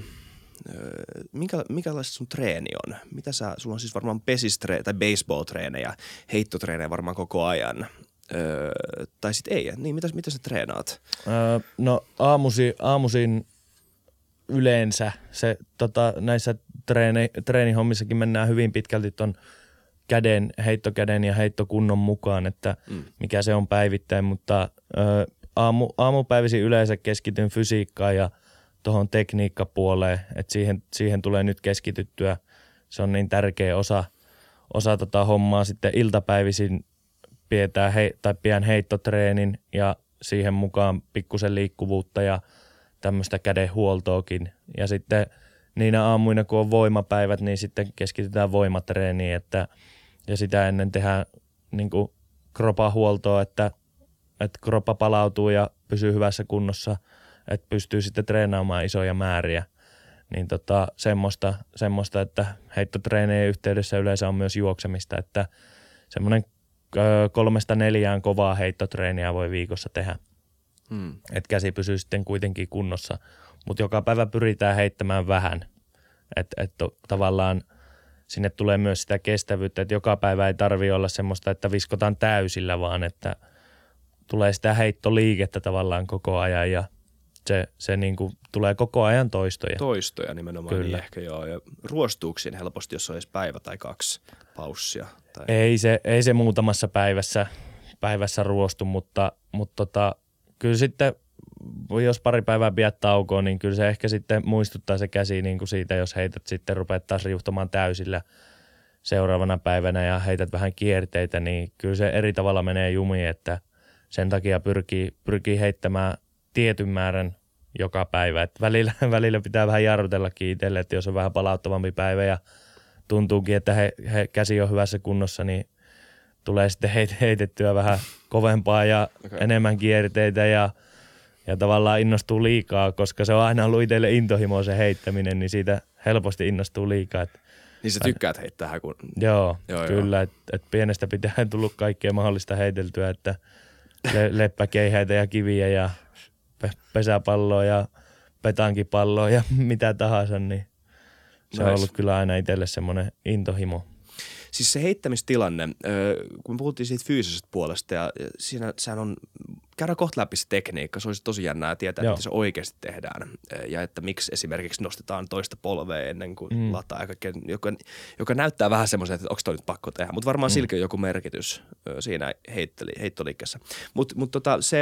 minkä, minkälaista sun treeni on? Mitä sä, sulla on siis varmaan pesistre- tai baseball-treenejä, heittotreenejä varmaan koko ajan. Öö, tai sit ei, niin mitä, mitä sä treenaat? Öö, no aamusi, aamuisin yleensä se, tota, näissä treeni, treenihommissakin mennään hyvin pitkälti ton käden, heittokäden ja heittokunnon mukaan, että mm. mikä se on päivittäin, mutta ö, aamu, aamupäivisin yleensä keskityn fysiikkaan ja tuohon tekniikkapuoleen, että siihen, siihen tulee nyt keskityttyä. Se on niin tärkeä osa, osa tota hommaa. Sitten iltapäivisin pidetään hei, tai pidän heittotreenin ja siihen mukaan pikkusen liikkuvuutta ja tämmöistä kädenhuoltoakin. Ja sitten niinä aamuina, kun on voimapäivät, niin sitten keskitytään voimatreeniin, että, ja sitä ennen tehdään niin kuin kropahuoltoa, että, että kroppa palautuu ja pysyy hyvässä kunnossa, että pystyy sitten treenaamaan isoja määriä. Niin tota, semmoista, semmoista, että heittotreenien yhteydessä yleensä on myös juoksemista, että semmoinen kolmesta neljään kovaa heittotreeniä voi viikossa tehdä. Hmm. Että käsi pysyy sitten kuitenkin kunnossa, mutta joka päivä pyritään heittämään vähän. Että et tavallaan sinne tulee myös sitä kestävyyttä, että joka päivä ei tarvitse olla semmoista, että viskotaan täysillä, vaan että tulee sitä heittoliikettä tavallaan koko ajan ja se, se niinku tulee koko ajan toistoja. Toistoja nimenomaan, kyllä. Niin ehkä joo. Ja ruostuuksiin helposti, jos on edes päivä tai kaksi paussia. Tai... Ei, se, ei se muutamassa päivässä, päivässä ruostu, mutta, mutta tota, kyllä sitten, jos pari päivää pidät taukoa, niin kyllä se ehkä sitten muistuttaa se käsi niin kuin siitä, jos heität sitten, rupeat taas riuhtamaan täysillä seuraavana päivänä ja heität vähän kierteitä, niin kyllä se eri tavalla menee jumiin, että sen takia pyrkii, pyrkii heittämään tietyn määrän joka päivä. Et välillä, välillä pitää vähän jarrutellakin itselle, että jos on vähän palauttavampi päivä ja tuntuukin, että he, he, käsi on hyvässä kunnossa, niin tulee sitten heitettyä vähän kovempaa ja okay. enemmän kierteitä ja, ja tavallaan innostuu liikaa, koska se on aina ollut itselle intohimo se heittäminen, niin siitä helposti innostuu liikaa. Et, niin sä tykkäät heittää, kun... Joo, joo kyllä, että et pienestä pitää tullut kaikkea mahdollista heiteltyä, että le, leppäkeihäitä ja kiviä ja pe, pesäpalloa ja petankipalloa ja mitä tahansa, niin se on ollut kyllä aina itselle semmoinen intohimo. Siis se heittämistilanne, kun me puhuttiin siitä fyysisestä puolesta ja siinä sehän on, käydään kohta läpi se tekniikka, se olisi tosi jännää tietää, Joo. miten se oikeasti tehdään ja että miksi esimerkiksi nostetaan toista polvea ennen kuin mm. lataa ja kaikkea, joka, joka näyttää vähän semmoisen, että onko toi nyt pakko tehdä, mutta varmaan mm. silläkin on joku merkitys siinä heitteli, heittoliikkeessä. Mutta mut tota se,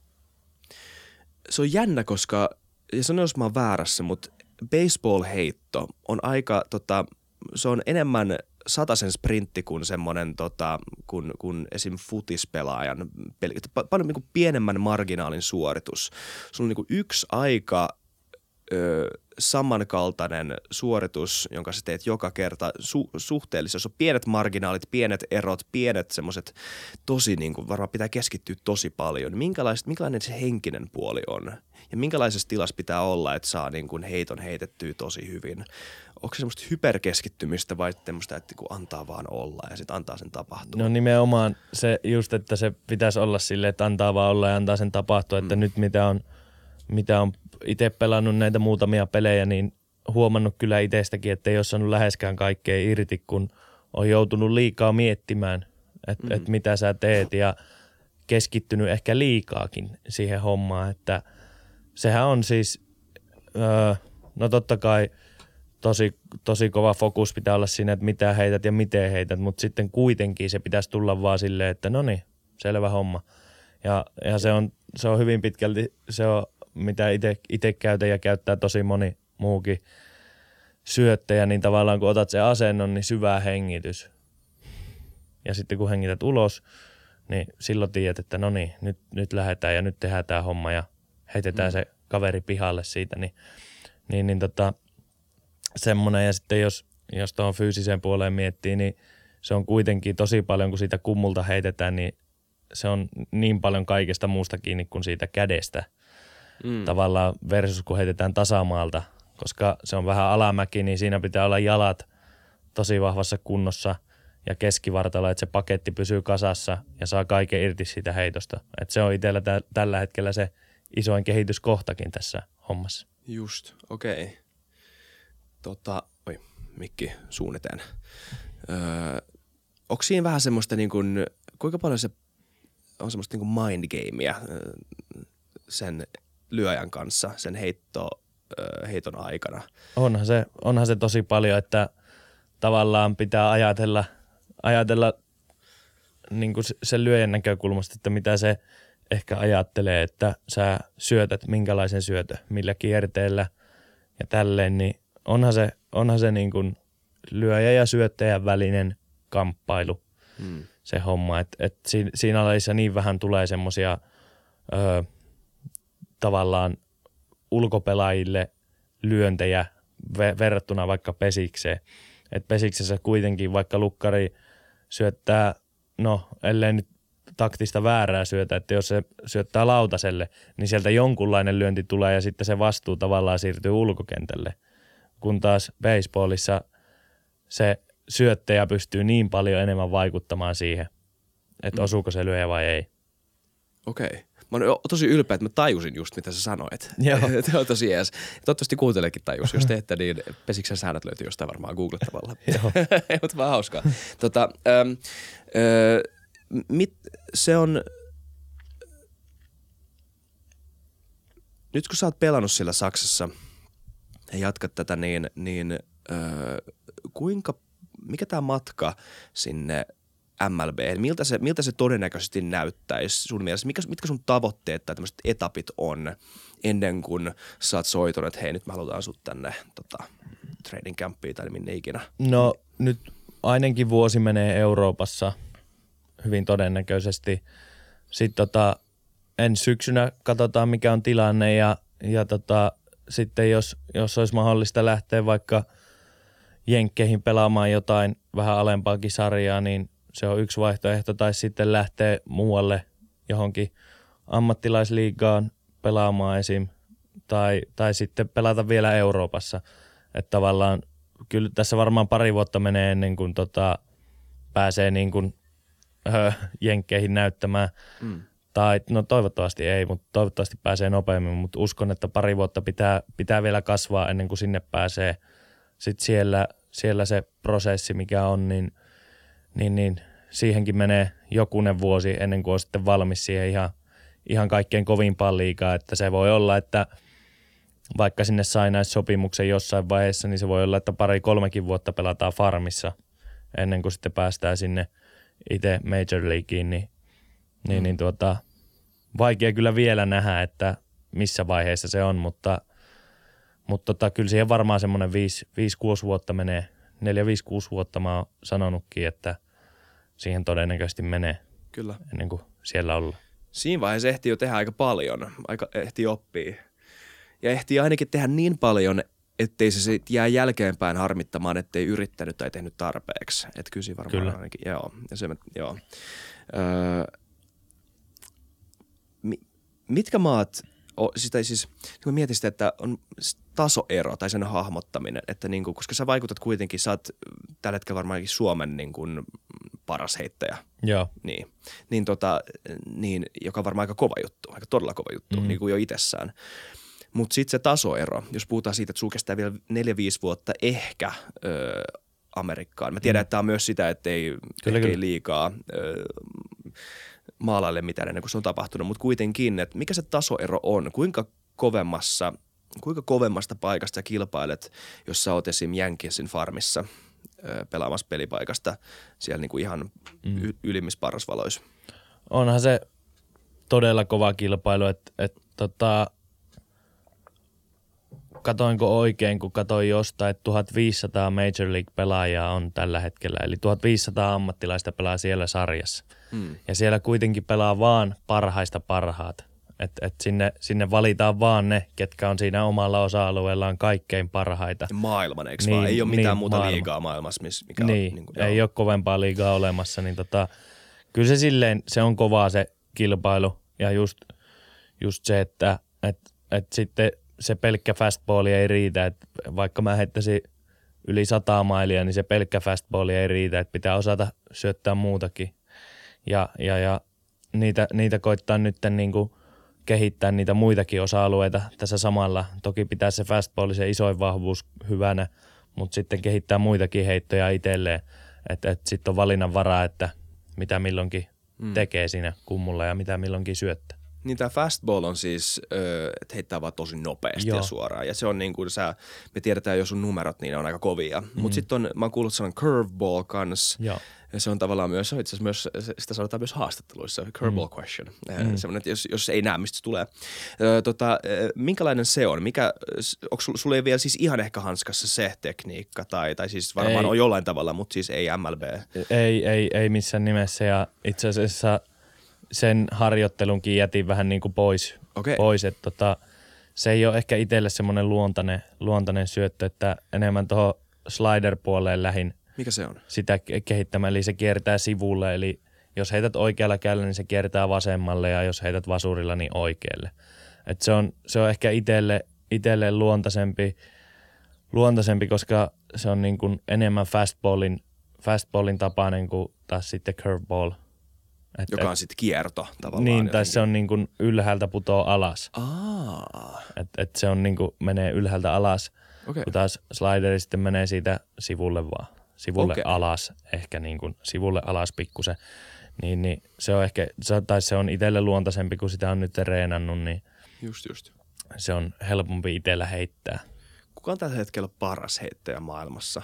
se on jännä, koska, ja sanon jos mä oon väärässä, mutta baseball-heitto on aika, tota, se on enemmän sataisen sprintti kuin semmoinen, tota, kun, kun esim. Futispelaajan, paljon niin kuin pienemmän marginaalin suoritus. Sulla on niin kuin yksi aika ö, samankaltainen suoritus, jonka sä teet joka kerta su- suhteellisesti. Jos on pienet marginaalit, pienet erot, pienet semmoiset tosi niin kuin varmaan pitää keskittyä tosi paljon. Minkälainen se henkinen puoli on ja minkälaisessa tilassa pitää olla, että saa niin kuin heiton heitettyä tosi hyvin. Onko se semmoista hyperkeskittymistä vai semmoista, että kun antaa vaan olla ja sitten antaa sen tapahtua? No nimenomaan se just, että se pitäisi olla silleen, että antaa vaan olla ja antaa sen tapahtua. Mm. Että nyt mitä on, mitä on itse pelannut näitä muutamia pelejä, niin huomannut kyllä itsestäkin, että ei ole saanut läheskään kaikkea irti, kun on joutunut liikaa miettimään, että, mm. että mitä sä teet ja keskittynyt ehkä liikaakin siihen hommaan. Että sehän on siis, öö, no totta kai tosi, tosi kova fokus pitää olla siinä, että mitä heität ja miten heität, mutta sitten kuitenkin se pitäisi tulla vaan silleen, että no niin, selvä homma. Ja, ja se, on, se on hyvin pitkälti, se on mitä itse käytän ja käyttää tosi moni muukin syöttäjä, niin tavallaan kun otat sen asennon, niin syvä hengitys. Ja sitten kun hengität ulos, niin silloin tiedät, että no niin, nyt, nyt lähdetään ja nyt tehdään tämä homma ja heitetään mm. se kaveri pihalle siitä, niin, niin, niin tota, semmoinen. Ja sitten jos, jos tuohon fyysiseen puoleen miettii, niin se on kuitenkin tosi paljon, kun siitä kummulta heitetään, niin se on niin paljon kaikesta muusta kiinni kuin siitä kädestä. Mm. Tavallaan versus kun heitetään tasamaalta, koska se on vähän alamäki, niin siinä pitää olla jalat tosi vahvassa kunnossa ja keskivartalo, että se paketti pysyy kasassa ja saa kaiken irti siitä heitosta. Että se on itsellä tä- tällä hetkellä se isoin kehityskohtakin tässä hommassa. Just, okei. Okay. Tota, oi, mikki suun eteen. Öö, onko siinä vähän semmoista niin kuin, kuinka paljon se on semmoista niin kuin mind gamea sen lyöjän kanssa, sen heitto, heiton aikana? Onhan se, onhan se tosi paljon, että tavallaan pitää ajatella, ajatella niin kuin sen lyöjän näkökulmasta, että mitä se ehkä ajattelee, että sä syötät, minkälaisen syötö, millä kierteellä ja tälleen, niin onhan se, onhan se niin kuin lyöjä ja syöttäjän välinen kamppailu, hmm. se homma. Että et siinä, siinä lajissa niin vähän tulee semmoisia öö, tavallaan ulkopelaajille lyöntejä ve- verrattuna vaikka pesikseen. Että pesiksessä kuitenkin vaikka lukkari syöttää, no ellei nyt taktista väärää syötä, että jos se syöttää lautaselle, niin sieltä jonkunlainen lyönti tulee ja sitten se vastuu tavallaan siirtyy ulkokentälle. Kun taas baseballissa se syöttäjä pystyy niin paljon enemmän vaikuttamaan siihen, että mm. osuuko se lyöjä vai ei. Okei. Okay. Mä oon tosi ylpeä, että mä tajusin just, mitä sä sanoit. Joo. Te on tosi jees. Toivottavasti kuunteleekin tajus. Jos teette, niin pesiksen säännöt löytyy jostain varmaan googlettavalla. Joo. Mutta vähän hauskaa. Tota, ähm, äh, mit, se on... Nyt kun sä oot pelannut siellä Saksassa ja jatkat tätä, niin, niin äh, kuinka, mikä tää matka sinne M L B, miltä se, miltä se todennäköisesti näyttäisi sun mielestä? Mikä, mitkä sun tavoitteet tai tämmöiset etapit on ennen kuin sä oot soitonut, että hei nyt me halutaan sut tänne tota, training campiin tai minne ikinä? No nyt ainakin vuosi menee Euroopassa hyvin todennäköisesti. Sitten tota, ensi syksynä katsotaan mikä on tilanne ja, ja tota, sitten jos, jos olisi mahdollista lähteä vaikka jenkkeihin pelaamaan jotain vähän alempaakin sarjaa, niin se on yksi vaihtoehto, tai sitten lähtee muualle johonkin ammattilaisliigaan pelaamaan esim. Tai, tai sitten pelata vielä Euroopassa. Että tavallaan kyllä tässä varmaan pari vuotta menee ennen kuin tota, pääsee niin kuin, öö, jenkkeihin näyttämään. Mm. Tai no toivottavasti ei, mutta toivottavasti pääsee nopeammin, mutta uskon, että pari vuotta pitää, pitää vielä kasvaa ennen kuin sinne pääsee. Sitten siellä, siellä se prosessi, mikä on, niin Niin, niin siihenkin menee jokunen vuosi ennen kuin on sitten valmis siihen ihan, ihan kaikkein kovimpaan liigaan, että se voi olla, että vaikka sinne sainaisi sopimuksen jossain vaiheessa, niin se voi olla, että pari kolmekin vuotta pelataan farmissa ennen kuin sitten päästään sinne itse Major Leagueen, niin, niin, mm. niin tuota, vaikea kyllä vielä nähdä, että missä vaiheessa se on, mutta, mutta tota, kyllä siihen varmaan semmoinen viisi kuusi vuotta menee. Neljä, viisi, kuusi vuotta mä oon sanonutkin, että siihen todennäköisesti menee. Kyllä. Ennen kuin siellä ollaan. Siinä vaiheessa ehtii jo tehdä aika paljon, aika ehtii oppia. ja ehtii ainakin tehdä niin paljon, ettei se sit jää jälkeenpäin harmittamaan, ettei yrittänyt tai tehnyt tarpeeksi. Että kyllä siinä varmaan kyllä. ainakin, joo. Ja se, joo. Öö, mi, mitkä maat, o, siis, tai siis niin mietin sitä, että on tasoero tai sen hahmottaminen, että niin kuin, koska sä vaikutat kuitenkin, sä oot tällä hetkellä varmaankin Suomen niin kuin paras heittäjä. Joo. Niin, niin, tota, niin, joka on varmaan aika kova juttu, aika todella kova juttu, mm. niin kuin jo itsessään. Mutta sitten se tasoero, jos puhutaan siitä, että sulla kestää vielä neljä, viisi vuotta ehkä öö, Amerikkaan. Mä tiedän, mm. että tämä on myös sitä, että ei, ei liikaa öö, maalaille mitään ennen kuin se on tapahtunut, mutta kuitenkin, että mikä se tasoero on, kuinka kovemmassa, kuinka kovemmasta paikasta sä kilpailet, jos sä oot esim. Yankeesin farmissa öö, pelaamassa pelipaikasta siellä niinku ihan mm. y- ylimmissä parasvaloissa. Onhan se todella kova kilpailu, että et, tota, katoinko oikein, kun katoin jostain, että tuhatviisisataa Major League-pelaajaa on tällä hetkellä, eli tuhatviisisataa ammattilaista pelaa siellä sarjassa. Hmm. Ja siellä kuitenkin pelaa vaan parhaista parhaat. Että et sinne, sinne valitaan vaan ne, ketkä on siinä omalla osa-alueellaan kaikkein parhaita. Maailman, eikö niin, vaan? Ei ole mitään niin, muuta maailma. liigaa maailmassa. Mikä niin, on, niin kuin, ei ole kovempaa liigaa olemassa. Niin tota, kyllä se silleen, se on kovaa se kilpailu. Ja just, just se, että et, et sitten se pelkkä fastball ei riitä. Et vaikka mä heittäisin yli sata mailia, niin se pelkkä fastball ei riitä. Et pitää osata syöttää muutakin. Ja, ja, ja niitä, niitä koittaa nyt niinku kehittää niitä muitakin osa-alueita tässä samalla. Toki pitää se fastball, se isoin vahvuus hyvänä, mutta sitten kehittää muitakin heittoja itselleen. Että et sitten on valinnan varaa, että mitä milloinkin mm. tekee siinä kummulla ja mitä milloinkin syöttää. Niin tämä fastball on siis, öö, että heittää vaan tosi nopeasti Joo. ja suoraan. Ja se on niin kuin sä, me tiedetään jo sun numerot, niin ne on aika kovia. Mm. Mutta sitten on, mä oon kuullut sanan curveball kans. Joo. Ja se on tavallaan myös, se on itse asiassa myös, sitä sanotaan myös haastatteluissa, curveball mm. question. Mm. Semmoinen, että jos, jos ei näe, mistä se tulee. Öö, tota, minkälainen se on? Mikä, onko sulla, sulla ei vielä siis ihan ehkä hanskassa se tekniikka, tai, tai siis varmaan ei. On jollain tavalla, mutta siis ei M L B? Ei, ei, ei missään nimessä, ja itse asiassa sen harjoittelunkin jätin vähän niin kuin pois, okay. pois että tota, se ei ole ehkä itselle semmoinen luontainen, luontainen syöttö, että enemmän tuohon slider-puoleen lähin. Mikä se on? Sitä kehittämään, eli se kiertää sivulle, eli jos heität oikealla kädellä, niin se kiertää vasemmalle, ja jos heität vasurilla, niin oikealle. Et se, on, se on ehkä itselle, itselle luontaisempi, luontaisempi, koska se on niin kuin enemmän fastballin, fastballin tapainen kuin taas sitten curveball. Et, Joka on sitten kierto tavallaan. Niin, tai se on niin kuin ylhäältä putoo alas. Aa. Et, et se on niin kuin menee ylhäältä alas, okay. kun taas slideri sitten menee siitä sivulle vaan. Sivulle okay. alas, ehkä niin kuin sivulle alas pikkusen. Niin, niin se on ehkä, tai se on itselle luontaisempi, kun sitä on nyt treenannut, niin just, just. Se on helpompi itsellä heittää. Kuka on tällä hetkellä paras heittäjä maailmassa?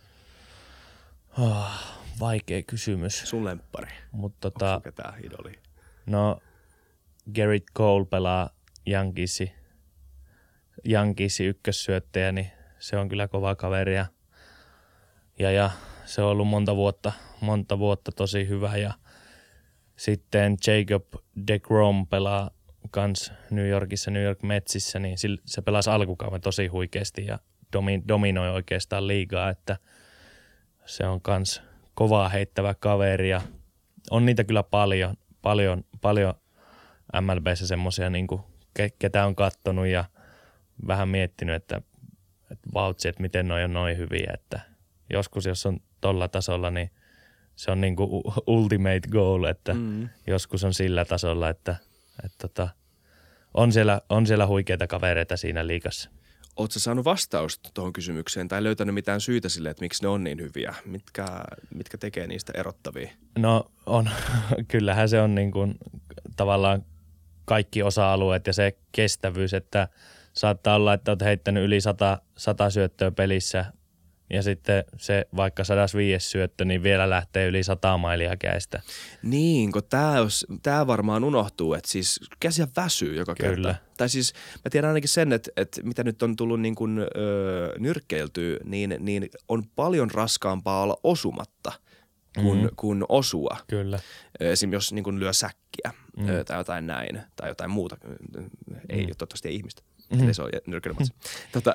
Oh, vaikea kysymys. Sun lemppari. Mut tota, onko ketään idoli? No, Gerrit Cole pelaa Yankeesi, Yankeesi ykkössyöttäjä, niin se on kyllä kova kaveri. Ja, ja, ja se on ollut monta vuotta, monta vuotta tosi hyvä. Ja sitten Jacob deGrom pelaa kans New Yorkissa, New York Metsissä, niin se pelasi alkukauden tosi huikeasti ja domi, dominoi oikeastaan liigaa, että se on kans kovaa heittävä kaveri ja on niitä kyllä paljon, paljon, paljon M L B:ssä semmosia niinku, ketä on kattonut ja vähän miettinyt, että, että vautsi, että miten noi on noin hyviä, että joskus jos on tolla tasolla, niin se on niinku ultimate goal, että mm. joskus on sillä tasolla, että, että tota, on, siellä, on siellä huikeita kavereita siinä liigassa. Oletko saanut vastausta tuohon kysymykseen tai löytänyt mitään syytä sille, että miksi ne on niin hyviä? Mitkä, mitkä tekee niistä erottavia? No on, kyllähän se on niin kuin tavallaan kaikki osa-alueet ja se kestävyys, että saattaa olla, että olet heittänyt yli sata, sata syöttöä pelissä ja sitten se vaikka sata viisi syöttö, niin vielä lähtee yli sata mailia käistä. Niin, kun tää, tää varmaan unohtuu, että siis käsiä väsyy joka Kyllä. kerta. Tai siis mä tiedän ainakin sen, että, että mitä nyt on tullut niin kuin, öö, nyrkkeiltyä, niin, niin on paljon raskaampaa olla osumatta kuin, mm-hmm. kuin osua. Kyllä. Esimerkiksi jos niin kuin lyö säkkiä mm. tai jotain näin tai jotain muuta. Ei, mm. toivottavasti ei ihmistä. mm-hmm. eli se on nyrkkeilymatsi. tota,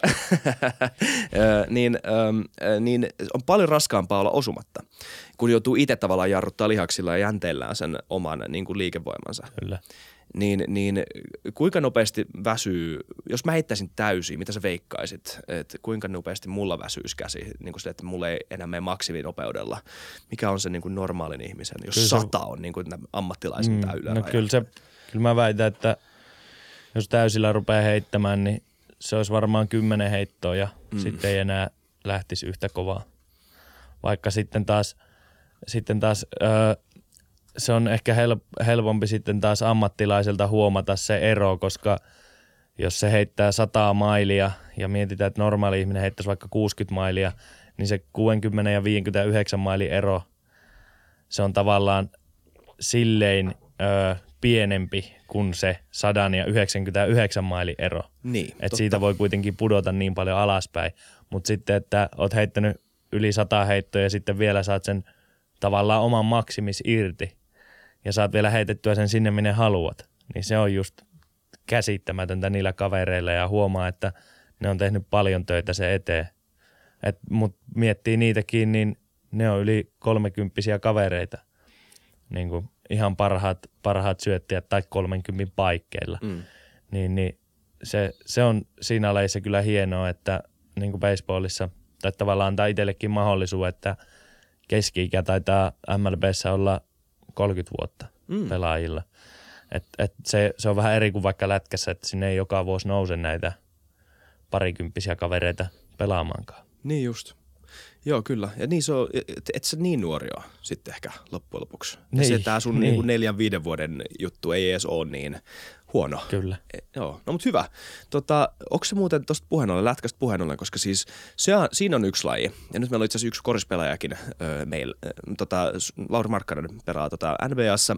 niin, ähm, niin on paljon raskaampaa olla osumatta, kun joutuu itse tavallaan jarruttaa lihaksilla ja jänteillään sen oman niin kuin liikevoimansa. Kyllä. Niin, niin kuinka nopeasti väsyy, jos mä heittäisin täysin, mitä sä veikkaisit, että kuinka nopeasti mulla väsyisi käsi, niin kuin se, että mulla ei enää mene maksiminopeudella. Mikä on se niin kuin normaalin ihmisen, jos kyllä sata on niin kuin ammattilaisen mm, tämä yläraja? No kyllä, se, kyllä mä väitän, että jos täysillä rupeaa heittämään, niin se olisi varmaan kymmenen heittoa ja mm. sitten ei enää lähtisi yhtä kovaa. Vaikka sitten taas, sitten taas öö, se on ehkä help- helpompi sitten taas ammattilaiselta huomata se ero, koska jos se heittää sata mailia ja mietitään, että normaali ihminen heittäisi vaikka kuusikymmentä mailia, niin se kuusikymmentä ja viisikymmentäyhdeksän mailin ero, se on tavallaan silleen öö, pienempi kuin se sata ja yhdeksänkymmentäyhdeksän mailin ero. Niin, että siitä voi kuitenkin pudota niin paljon alaspäin. Mutta sitten, että oot heittänyt yli sata heittoa ja sitten vielä saat sen tavallaan oman maksimis irti ja saat vielä heitettyä sen sinne, minne haluat, niin se on just käsittämätöntä niillä kavereilla ja huomaa, että ne on tehnyt paljon töitä sen eteen. Mutta miettii niitäkin, niin ne on yli kolmekymppisiä kavereita, niin kuin ihan parhaat, parhaat syöttäjät tai kolmenkympin paikkeilla. Mm. Niin, niin se, se on siinä lajissa kyllä hienoa, että niin kuin baseballissa, tai tavallaan antaa itsellekin mahdollisuus, että keski-ikä taitaa M L B:ssä olla kolmekymmentä vuotta mm. pelaajilla. Et, et se, se on vähän eri kuin vaikka lätkässä, että sinne ei joka vuosi nouse näitä parikymppisiä kavereita pelaamaankaan. Niin just. Joo, kyllä. Ja niin se on, et, et se niin nuori ole sitten ehkä loppujen lopuksi. Ja niin, se, tää sun niin. Niinku neljän, viiden vuoden juttu ei edes ole niin huono. Kyllä. E, joo, no mut hyvä. Tota, onko se muuten tosta puheen ollen, lätkästä puheen ollen, koska siis se on, siinä on yksi laji. Ja nyt meillä on itse asiassa yksi korispelaajakin öö, meillä. Tota, Lauri Markkanen pelaa tota N B A:ssa.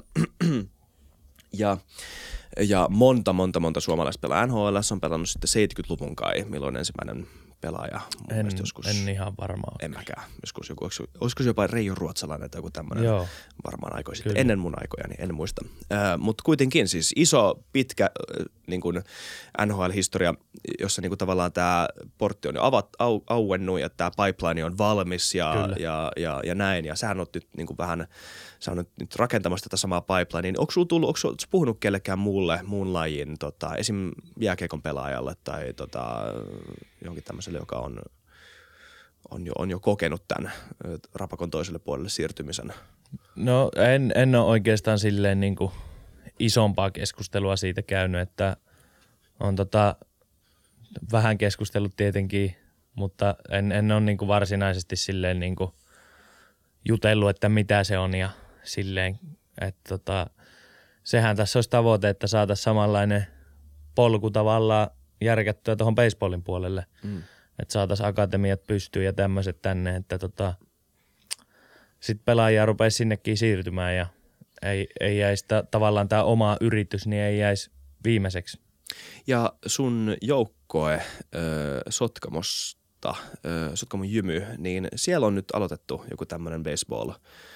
ja, ja monta, monta, monta suomalaista pelaa N H L:ssä. On pelannut sitten seitsemänkymmentäluvun kai, milloin ensimmäinen pelaaja. En, joskus, en ihan varmaan. En mäkään. Joskus joku, olisiko se jopa Reijo Ruotsalainen tai joku tämmöinen varmaan aikoja sitten. Ennen mun aikoja, niin en muista. Äh, mutta kuitenkin siis iso, pitkä äh, niin kuin N H L-historia, jossa niin kuin tavallaan tämä portti on jo avat, au, auennut ja tämä pipeline on valmis ja, ja, ja, ja näin. Ja sähän oot nyt niin kuin vähän, sä oot nyt rakentamassa tätä samaa pipelinea. Niin onko sulla tullut, onko sulla puhunut kellekään muulle, muun lajin, tota, esim. Jääkiekon pelaajalle tai tota, johonkin tämmöiselle, joka on, on, jo, on jo kokenut tämän rapakon toiselle puolelle siirtymisen? No en, en ole oikeastaan silleen niin kuin isompaa keskustelua siitä käynyt, että on tota, vähän keskustellut tietenkin, mutta en, en ole niin kuin varsinaisesti silleen niin kuin jutellut, että mitä se on ja silleen, että tota, sehän tässä olisi tavoite, että saataisiin samanlainen polku tavallaan järkättyä tuohon baseballin puolelle. Mm. Että saataisiin akatemiat pystyyn ja tämmöiset tänne, että tota, sitten pelaajia rupeaisi sinnekin siirtymään ja ei, ei jäisi ta, tavallaan tämä oma yritys, niin ei jäisi viimeiseksi. Ja sun joukkue äh, Sotkamosta, äh, Sotkamon Jymy, niin siellä on nyt aloitettu joku tämmöinen baseball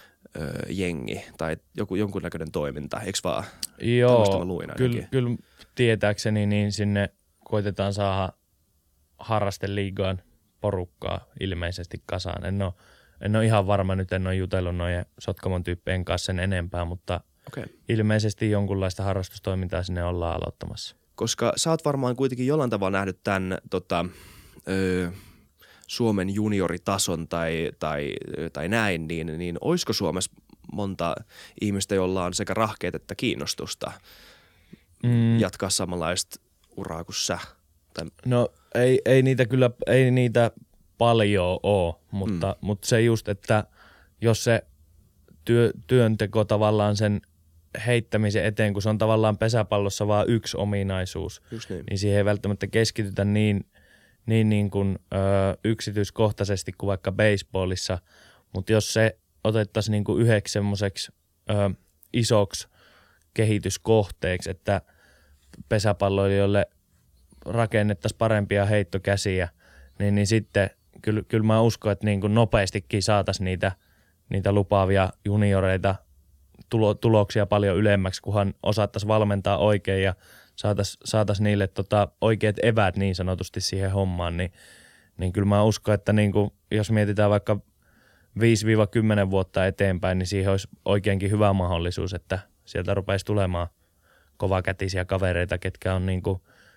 jengi tai joku jonkunnäköinen toiminta, eikö vaan? Joo, kyllä, kyllä tietääkseni niin sinne koitetaan saada harrasteliigaan porukkaa ilmeisesti kasaan. En ole, en ole ihan varma, nyt en ole jutellut noiden Sotkamon tyyppien kanssa sen enempää, mutta okay. Ilmeisesti jonkunlaista harrastustoimintaa sinne ollaan aloittamassa. Koska sä oot varmaan kuitenkin jollain tavalla nähnyt tämän tota, öö, Suomen junioritason tai, tai, tai näin, niin, niin olisiko Suomessa monta ihmistä, jolla on sekä rahkeet että kiinnostusta mm. jatkaa samanlaista uraa kuin sä? Tai... No ei, ei niitä kyllä, ei niitä paljon ole, mutta, mm. mutta se just, että jos se työ, työnteko tavallaan sen heittämisen eteen, kun se on tavallaan pesäpallossa vaan yksi ominaisuus, niin. niin siihen ei välttämättä keskitytä niin niin, niin kuin, ö, yksityiskohtaisesti kuin vaikka baseballissa, mutta jos se otettaisiin niin kuin yhdeksi semmoiseksi ö, isoksi kehityskohteeksi, että pesäpalloilijoille rakennettaisiin parempia heittokäsiä, niin, niin sitten kyllä, kyllä mä uskon, että niin kuin nopeastikin saataisiin niitä, niitä lupaavia junioreita tulo, tuloksia paljon ylemmäksi, kunhan osattaisiin valmentaa oikein ja saataisiin saatais niille tota oikeat eväät niin sanotusti siihen hommaan, niin, niin kyllä mä uskon, että niin kuin, jos mietitään vaikka viisi kymmenen vuotta eteenpäin, niin siihen olisi oikeinkin hyvä mahdollisuus, että sieltä rupeaisi tulemaan kovakätisiä kavereita, ketkä on niin kuin,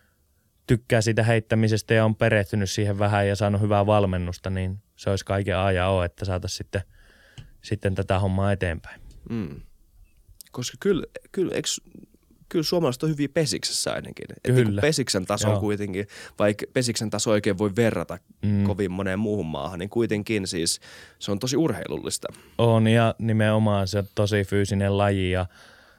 tykkää siitä heittämisestä ja on perehtynyt siihen vähän ja saanut hyvää valmennusta, niin se olisi kaiken A ja O, että saataisiin sitten, sitten tätä hommaa eteenpäin. Mm. Koska kyllä, kyllä, eikö, kyllä suomalaiset on hyviä pesiksessä ainakin. Kyllä. Että pesiksen taso on kuitenkin, vaikka pesiksen taso oikein voi verrata mm. kovin moneen muuhun maahan, niin kuitenkin siis se on tosi urheilullista. On ja nimenomaan se on tosi fyysinen laji ja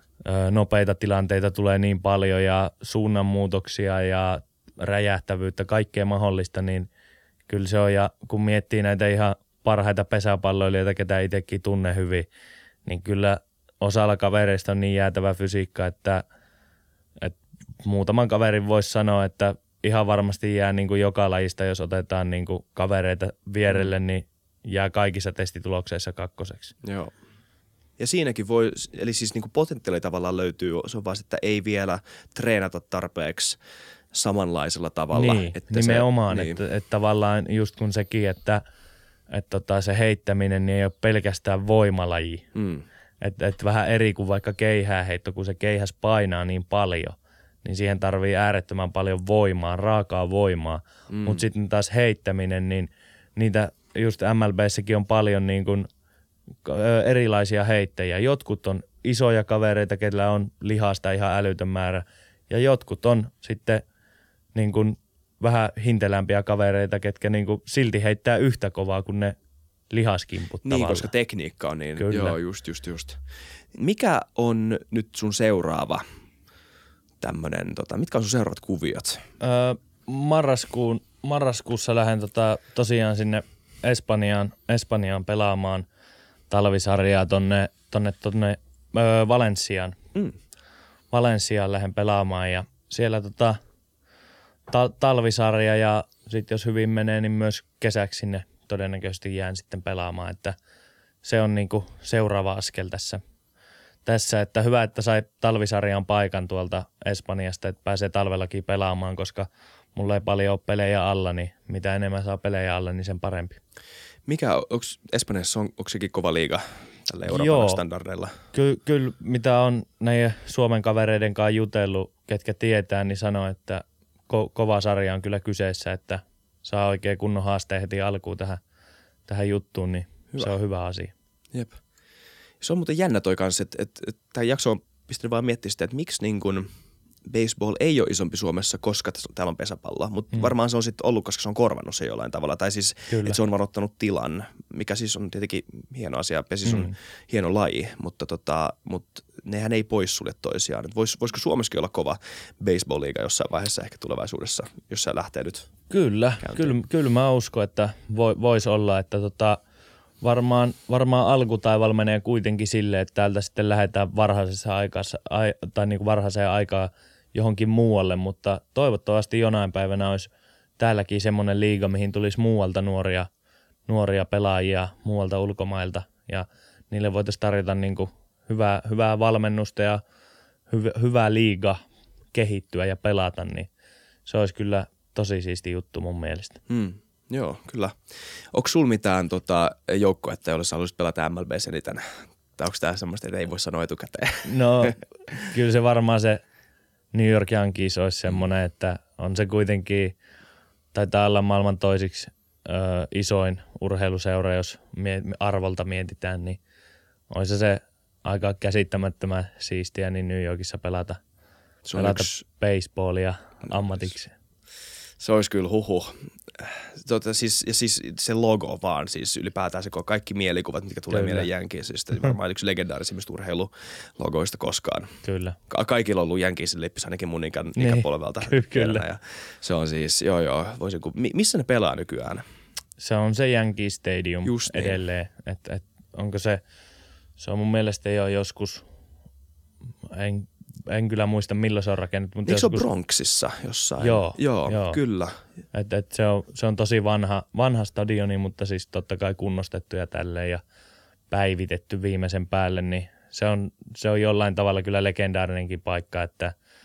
ö, nopeita tilanteita tulee niin paljon ja suunnanmuutoksia ja räjähtävyyttä, kaikkea mahdollista, niin kyllä se on. Ja kun miettii näitä ihan parhaita pesäpalloilijoita, ketä itsekin tunne hyvin, niin kyllä osalla kavereista on niin jäätävä fysiikka, että, että muutaman kaverin voisi sanoa, että ihan varmasti jää niin kuin joka lajista, jos otetaan niin kuin kavereita vierelle, niin jää kaikissa testitulokseissa kakkoseksi. Joo. Ja siinäkin voi, eli siis niin kuin potentiaali tavallaan löytyy, se on vaan, että ei vielä treenata tarpeeksi samanlaisella tavalla. Niin, että nimenomaan, se, niin. että, että tavallaan just kun sekin, että, että tota se heittäminen niin ei ole pelkästään voimalaji. Mm. Että et vähän eri kuin vaikka keihääheitto, kun se keihäs painaa niin paljon, niin siihen tarvii äärettömän paljon voimaa, raakaa voimaa. Mm. Mutta sitten taas heittäminen, niin niitä just M L B:ssäkin on paljon niin kuin erilaisia heittäjiä. Jotkut on isoja kavereita, keillä on lihasta ihan älytön määrä, ja jotkut on sitten niin kuin vähän hintelämpiä kavereita, ketkä niin kuin silti heittää yhtä kovaa kuin ne lihaskimput niin, tavallaan. Koska tekniikka on niin. Kyllä. Joo, just, just, just. Mikä on nyt sun seuraava tämmönen, tota, mitkä on sun seuraavat kuviot? Öö, marraskuun, marraskuussa lähden tota, tosiaan sinne Espanjaan, Espanjaan pelaamaan talvisarjaa tonne, tonne, tonne öö, Valensiaan. Mm. Valensiaan lähden pelaamaan ja siellä tota, ta- talvisarja ja sitten jos hyvin menee, niin myös kesäksi sinne todennäköisesti jään sitten pelaamaan, että se on niinku seuraava askel tässä, tässä, että hyvä, että sai talvisarjan paikan tuolta Espanjasta, että pääsee talvellakin pelaamaan, koska mulla ei paljon ole pelejä alla, niin mitä enemmän saa pelejä alla, niin sen parempi. Mikä, onko Espanjassa, on, onko sekin kova liiga tällä Euroopan standardeilla? Kyllä, kyl, mitä on näiden Suomen kavereiden kanssa jutellut, ketkä tietää, niin sanoo, että ko- kova sarja on kyllä kyseessä, että saa oikein kunnon haasteen heti alkuun tähän, tähän juttuun, niin hyvä. Se on hyvä asia. Jep. Se on muuten jännä toi kanssa, että, että, että tämä jakso on pistänyt vaan miettiä sitä, että miksi niin kuin baseball ei ole isompi Suomessa, koska täällä on pesäpallo, mutta mm. varmaan se on sitten ollut, koska se on korvannut se jollain tavalla. Tai siis, Kyllä. että se on varoittanut tilan, mikä siis on tietenkin hieno asia. Pesis on mm. hieno laji, mutta, tota, mutta nehän ei poissulje toisiaan. Vois, voisiko Suomessakin olla kova baseball-liiga jossain vaiheessa ehkä tulevaisuudessa, jos se lähtee nyt Kyllä, kyllä, kyllä mä uskon, että voi, voisi olla, että tota, varmaan, varmaan alkutaival menee kuitenkin silleen, että täältä sitten lähdetään varhaisessa aikassa, ai, tai niin kuin varhaiseen aikaan johonkin muualle, mutta toivottavasti jonain päivänä olisi täälläkin semmoinen liiga, mihin tulisi muualta nuoria, nuoria pelaajia muualta ulkomailta ja niille voitaisiin tarjota niin kuin hyvää, hyvää valmennusta ja hyvä, hyvää liiga kehittyä ja pelata, niin se olisi kyllä tosi siisti juttu mun mielestä. Hmm. Joo, kyllä. Onko sulla mitään tota, joukkuetta, jolla sä haluaisit pelata M L B:ssä eniten? Tai onko tämä semmoista, että ei voi sanoa etukäteen? No, kyllä se varmaan se New York Yankees olisi semmoinen, että on se kuitenkin, taitaa olla maailman toisiksi ö, isoin urheiluseura, jos mie- arvolta mietitään, niin olisi se aika käsittämättömän siistiä niin New Yorkissa pelata, pelata yksi baseballia ammatiksi. Se olisi kyllä huhu. Tota, siis, ja siis se logo vaan, siis ylipäätään se kaikki mielikuvat, mitkä tulee kyllä. mieleen Yankeesista. Varmaan yksi legendaarisimmista urheilulogoista koskaan. Kyllä. Ka- kaikilla on ollut Yankeesin lippis, ainakin mun ikän, niin. ikäpolvelta. Ky- kyllä. Ja se on siis, joo joo, voisin, missä ne pelaa nykyään? Se on se Yankee Stadium Just niin. edelleen. Et, et, onko se, se on mun mielestä jo joskus, en En kyllä muista, milloin se on rakennettu. Eikö joskus... se ole Bronxissa jossain? Joo. Joo, joo. kyllä. Et, et se, on, se on tosi vanha, vanha stadioni, mutta siis totta kai kunnostettu ja tälleen ja päivitetty viimeisen päälle, niin se on, se on jollain tavalla kyllä legendaarinenkin paikka, että,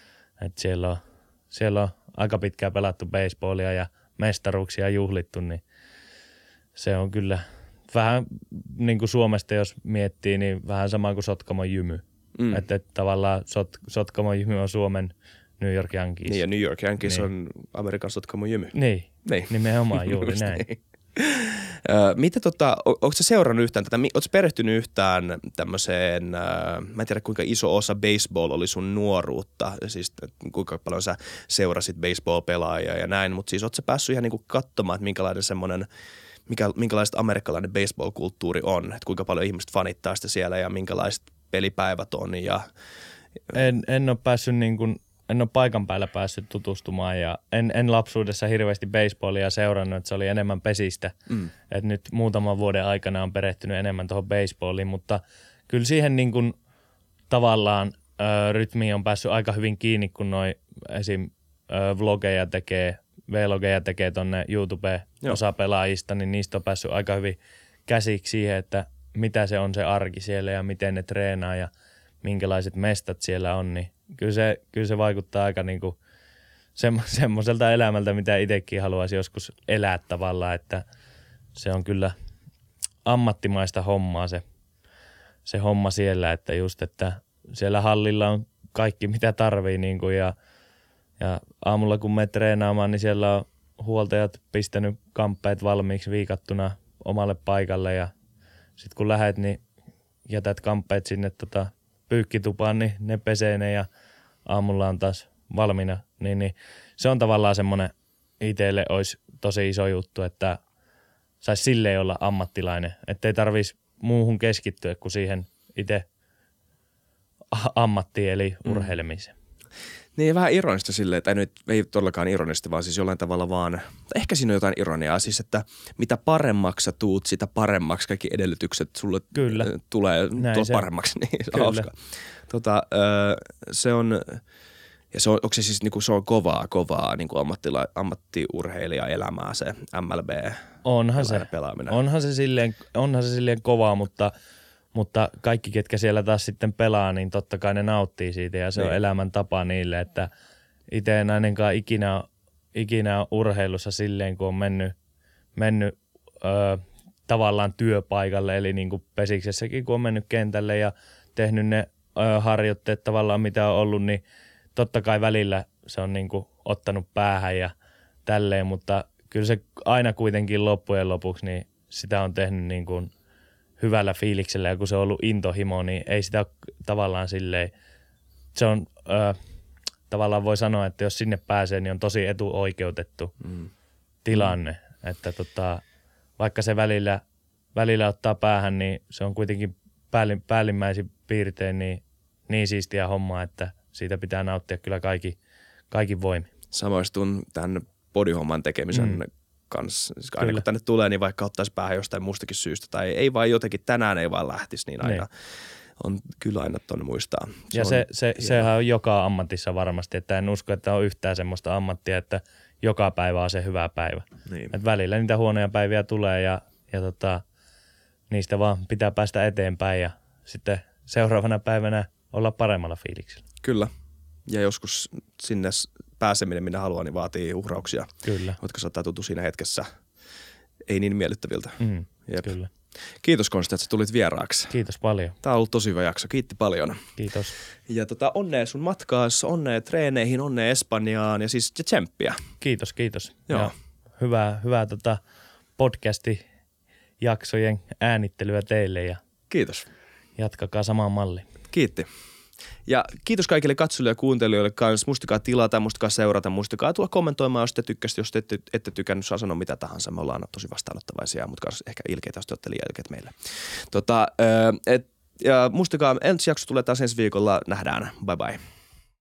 Et siellä, on, siellä on aika pitkään pelattu baseballia ja mestaruuksia juhlittu, niin se on kyllä vähän niin kuin Suomesta, jos miettii, niin vähän sama kuin Sotkamon Jymy. Mm. Että et tavallaan Sot, Sotkamon Jymy on Suomen New York Yankees. Niin ja New York Yankees niin. on Amerikan Sotkamon Jymy. Niin, niin. Nimenomaan juuri näin. Niin. Ö, mitä tota, o, onko sä seurannut yhtään tätä, ootko perehtynyt yhtään tämmöiseen, ö, mä en tiedä kuinka iso osa baseball oli sun nuoruutta, siis kuinka paljon sä seurasit baseball-pelaajia ja näin, mutta siis ootko sä päässyt ihan niinku katsomaan, että minkälainen semmoinen, mikä, minkälaista amerikkalainen baseball-kulttuuri on, että kuinka paljon ihmiset fanittaa sitä siellä ja minkälaiset pelipäivät on ja... En, en ole päässyt niin kuin, en ole paikan päällä päässyt tutustumaan ja en, en lapsuudessa hirveästi baseballia seurannut, että se oli enemmän pesistä. Mm. Et nyt muutaman vuoden aikana on perehtynyt enemmän tuohon baseballiin, mutta kyllä siihen niin kuin tavallaan ö, rytmiin on päässyt aika hyvin kiinni, kun noi esim. Ö, vlogeja tekee, vlogeja tekee tonne YouTubeen osa pelaajista, niin niistä on päässyt aika hyvin käsiksi siihen, että mitä se on se arki siellä ja miten ne treenaa ja minkälaiset mestat siellä on, niin kyllä se, kyllä se vaikuttaa aika niinku semmoiselta elämältä, mitä itsekin haluaisi joskus elää tavallaan, että se on kyllä ammattimaista hommaa se, se homma siellä, että just, että siellä hallilla on kaikki mitä tarvii niinku ja, ja aamulla kun me treenaamaan, niin siellä on huoltajat pistänyt kamppeet valmiiksi viikattuna omalle paikalle ja sitten kun lähet, niin jätät kamppeet sinne tota pyykkitupaan, niin ne pesee ne ja aamulla on taas valmiina. Niin, niin se on tavallaan semmoinen, itselle olisi tosi iso juttu, että saisi silleen olla ammattilainen, ettei tarvitsisi muuhun keskittyä kuin siihen itse ammattiin eli urheilemiseen. Mm. Niin vähän ironista silleen, että ei nyt ei todellakaan ironisesti, vaan siis jollain tavalla vaan, ehkä siinä on jotain ironiaa, siis että mitä paremmaksi sä tuut, sitä paremmaksi kaikki edellytykset sulle Kyllä. tulee tulla paremmaksi, niin se on hauska. Tota, se on, ja se on, onko se siis niinku, se on kovaa, kovaa niinku ammattila, ammattiurheilija elämää se M L B onhan se, pelaaminen? Onhan se silleen, onhan se silleen kovaa, mutta Mutta kaikki, ketkä siellä taas sitten pelaa, niin totta kai ne nauttii siitä ja se niin. on elämäntapa niille, että itse en ainakaan ikinä, ikinä urheilussa silleen, kun on mennyt, mennyt ö, tavallaan työpaikalle, eli niin kuin pesiksessäkin, kun on mennyt kentälle ja tehnyt ne ö, harjoitteet tavallaan, mitä on ollut, niin totta kai välillä se on niin kuin ottanut päähän ja tälleen, mutta kyllä se aina kuitenkin loppujen lopuksi, niin sitä on tehnyt niin kuin hyvällä fiiliksellä ja kun se on ollut intohimo, niin ei sitä tavallaan silleen, se on ö, tavallaan voi sanoa, että jos sinne pääsee, niin on tosi etuoikeutettu mm. tilanne, mm. että tota, vaikka se välillä, välillä ottaa päähän, niin se on kuitenkin päällim, päällimmäisin piirtein niin, niin siistiä hommaa, että siitä pitää nauttia kyllä kaikki, kaikki voimi. Samaistun tämän bodyhomman tekemisen mm. kanssa. Aina Kyllä. kun tänne tulee, niin vaikka ottaisi päähän jostain muustakin syystä tai ei vaan jotenkin tänään ei vaan lähtisi, niin aina niin. on kyllä aina tuonne muistaa. Se ja se, se, sehän on joka ammatissa varmasti, että en usko, että on yhtään semmoista ammattia, että joka päivä on se hyvä päivä. Niin. Et välillä niitä huonoja päiviä tulee ja, ja tota, niistä vaan pitää päästä eteenpäin ja sitten seuraavana päivänä olla paremmalla fiiliksellä. Kyllä. Ja joskus sinne pääseminen, minä haluan, niin vaatii uhrauksia, Kyllä. jotka saattaa tuntua siinä hetkessä ei niin miellyttäviltä. Mm, kyllä. Kiitos Konsta, että sä tulit vieraaksi. Kiitos paljon. Tämä on ollut tosi hyvä jakso. Kiitti paljon. Kiitos. Ja tota, onnea sun matkaas, onnea treeneihin, onnea Espanjaan ja siis ja tsemppiä. Kiitos, kiitos. Joo. Ja hyvää, hyvää tota podcasti-jaksojen äänittelyä teille ja kiitos. Jatkakaa samaan malliin. Kiitti. Ja kiitos kaikille katsojille ja kuuntelijoille kanssa. Muistakaa tilata, muistakaa seurata, muistakaa tulla kommentoimaan, jos te tykkäsit, jos te ette, ette tykännyt, saa sanoa mitä tahansa. Me ollaan tosi vastaanottavaisia, mutta ehkä ilkeitä, jos te olette liian ilkeät meille. Tota, et, ja muistakaa, ensi jakso tulee taas ensi viikolla. Nähdään. Bye bye.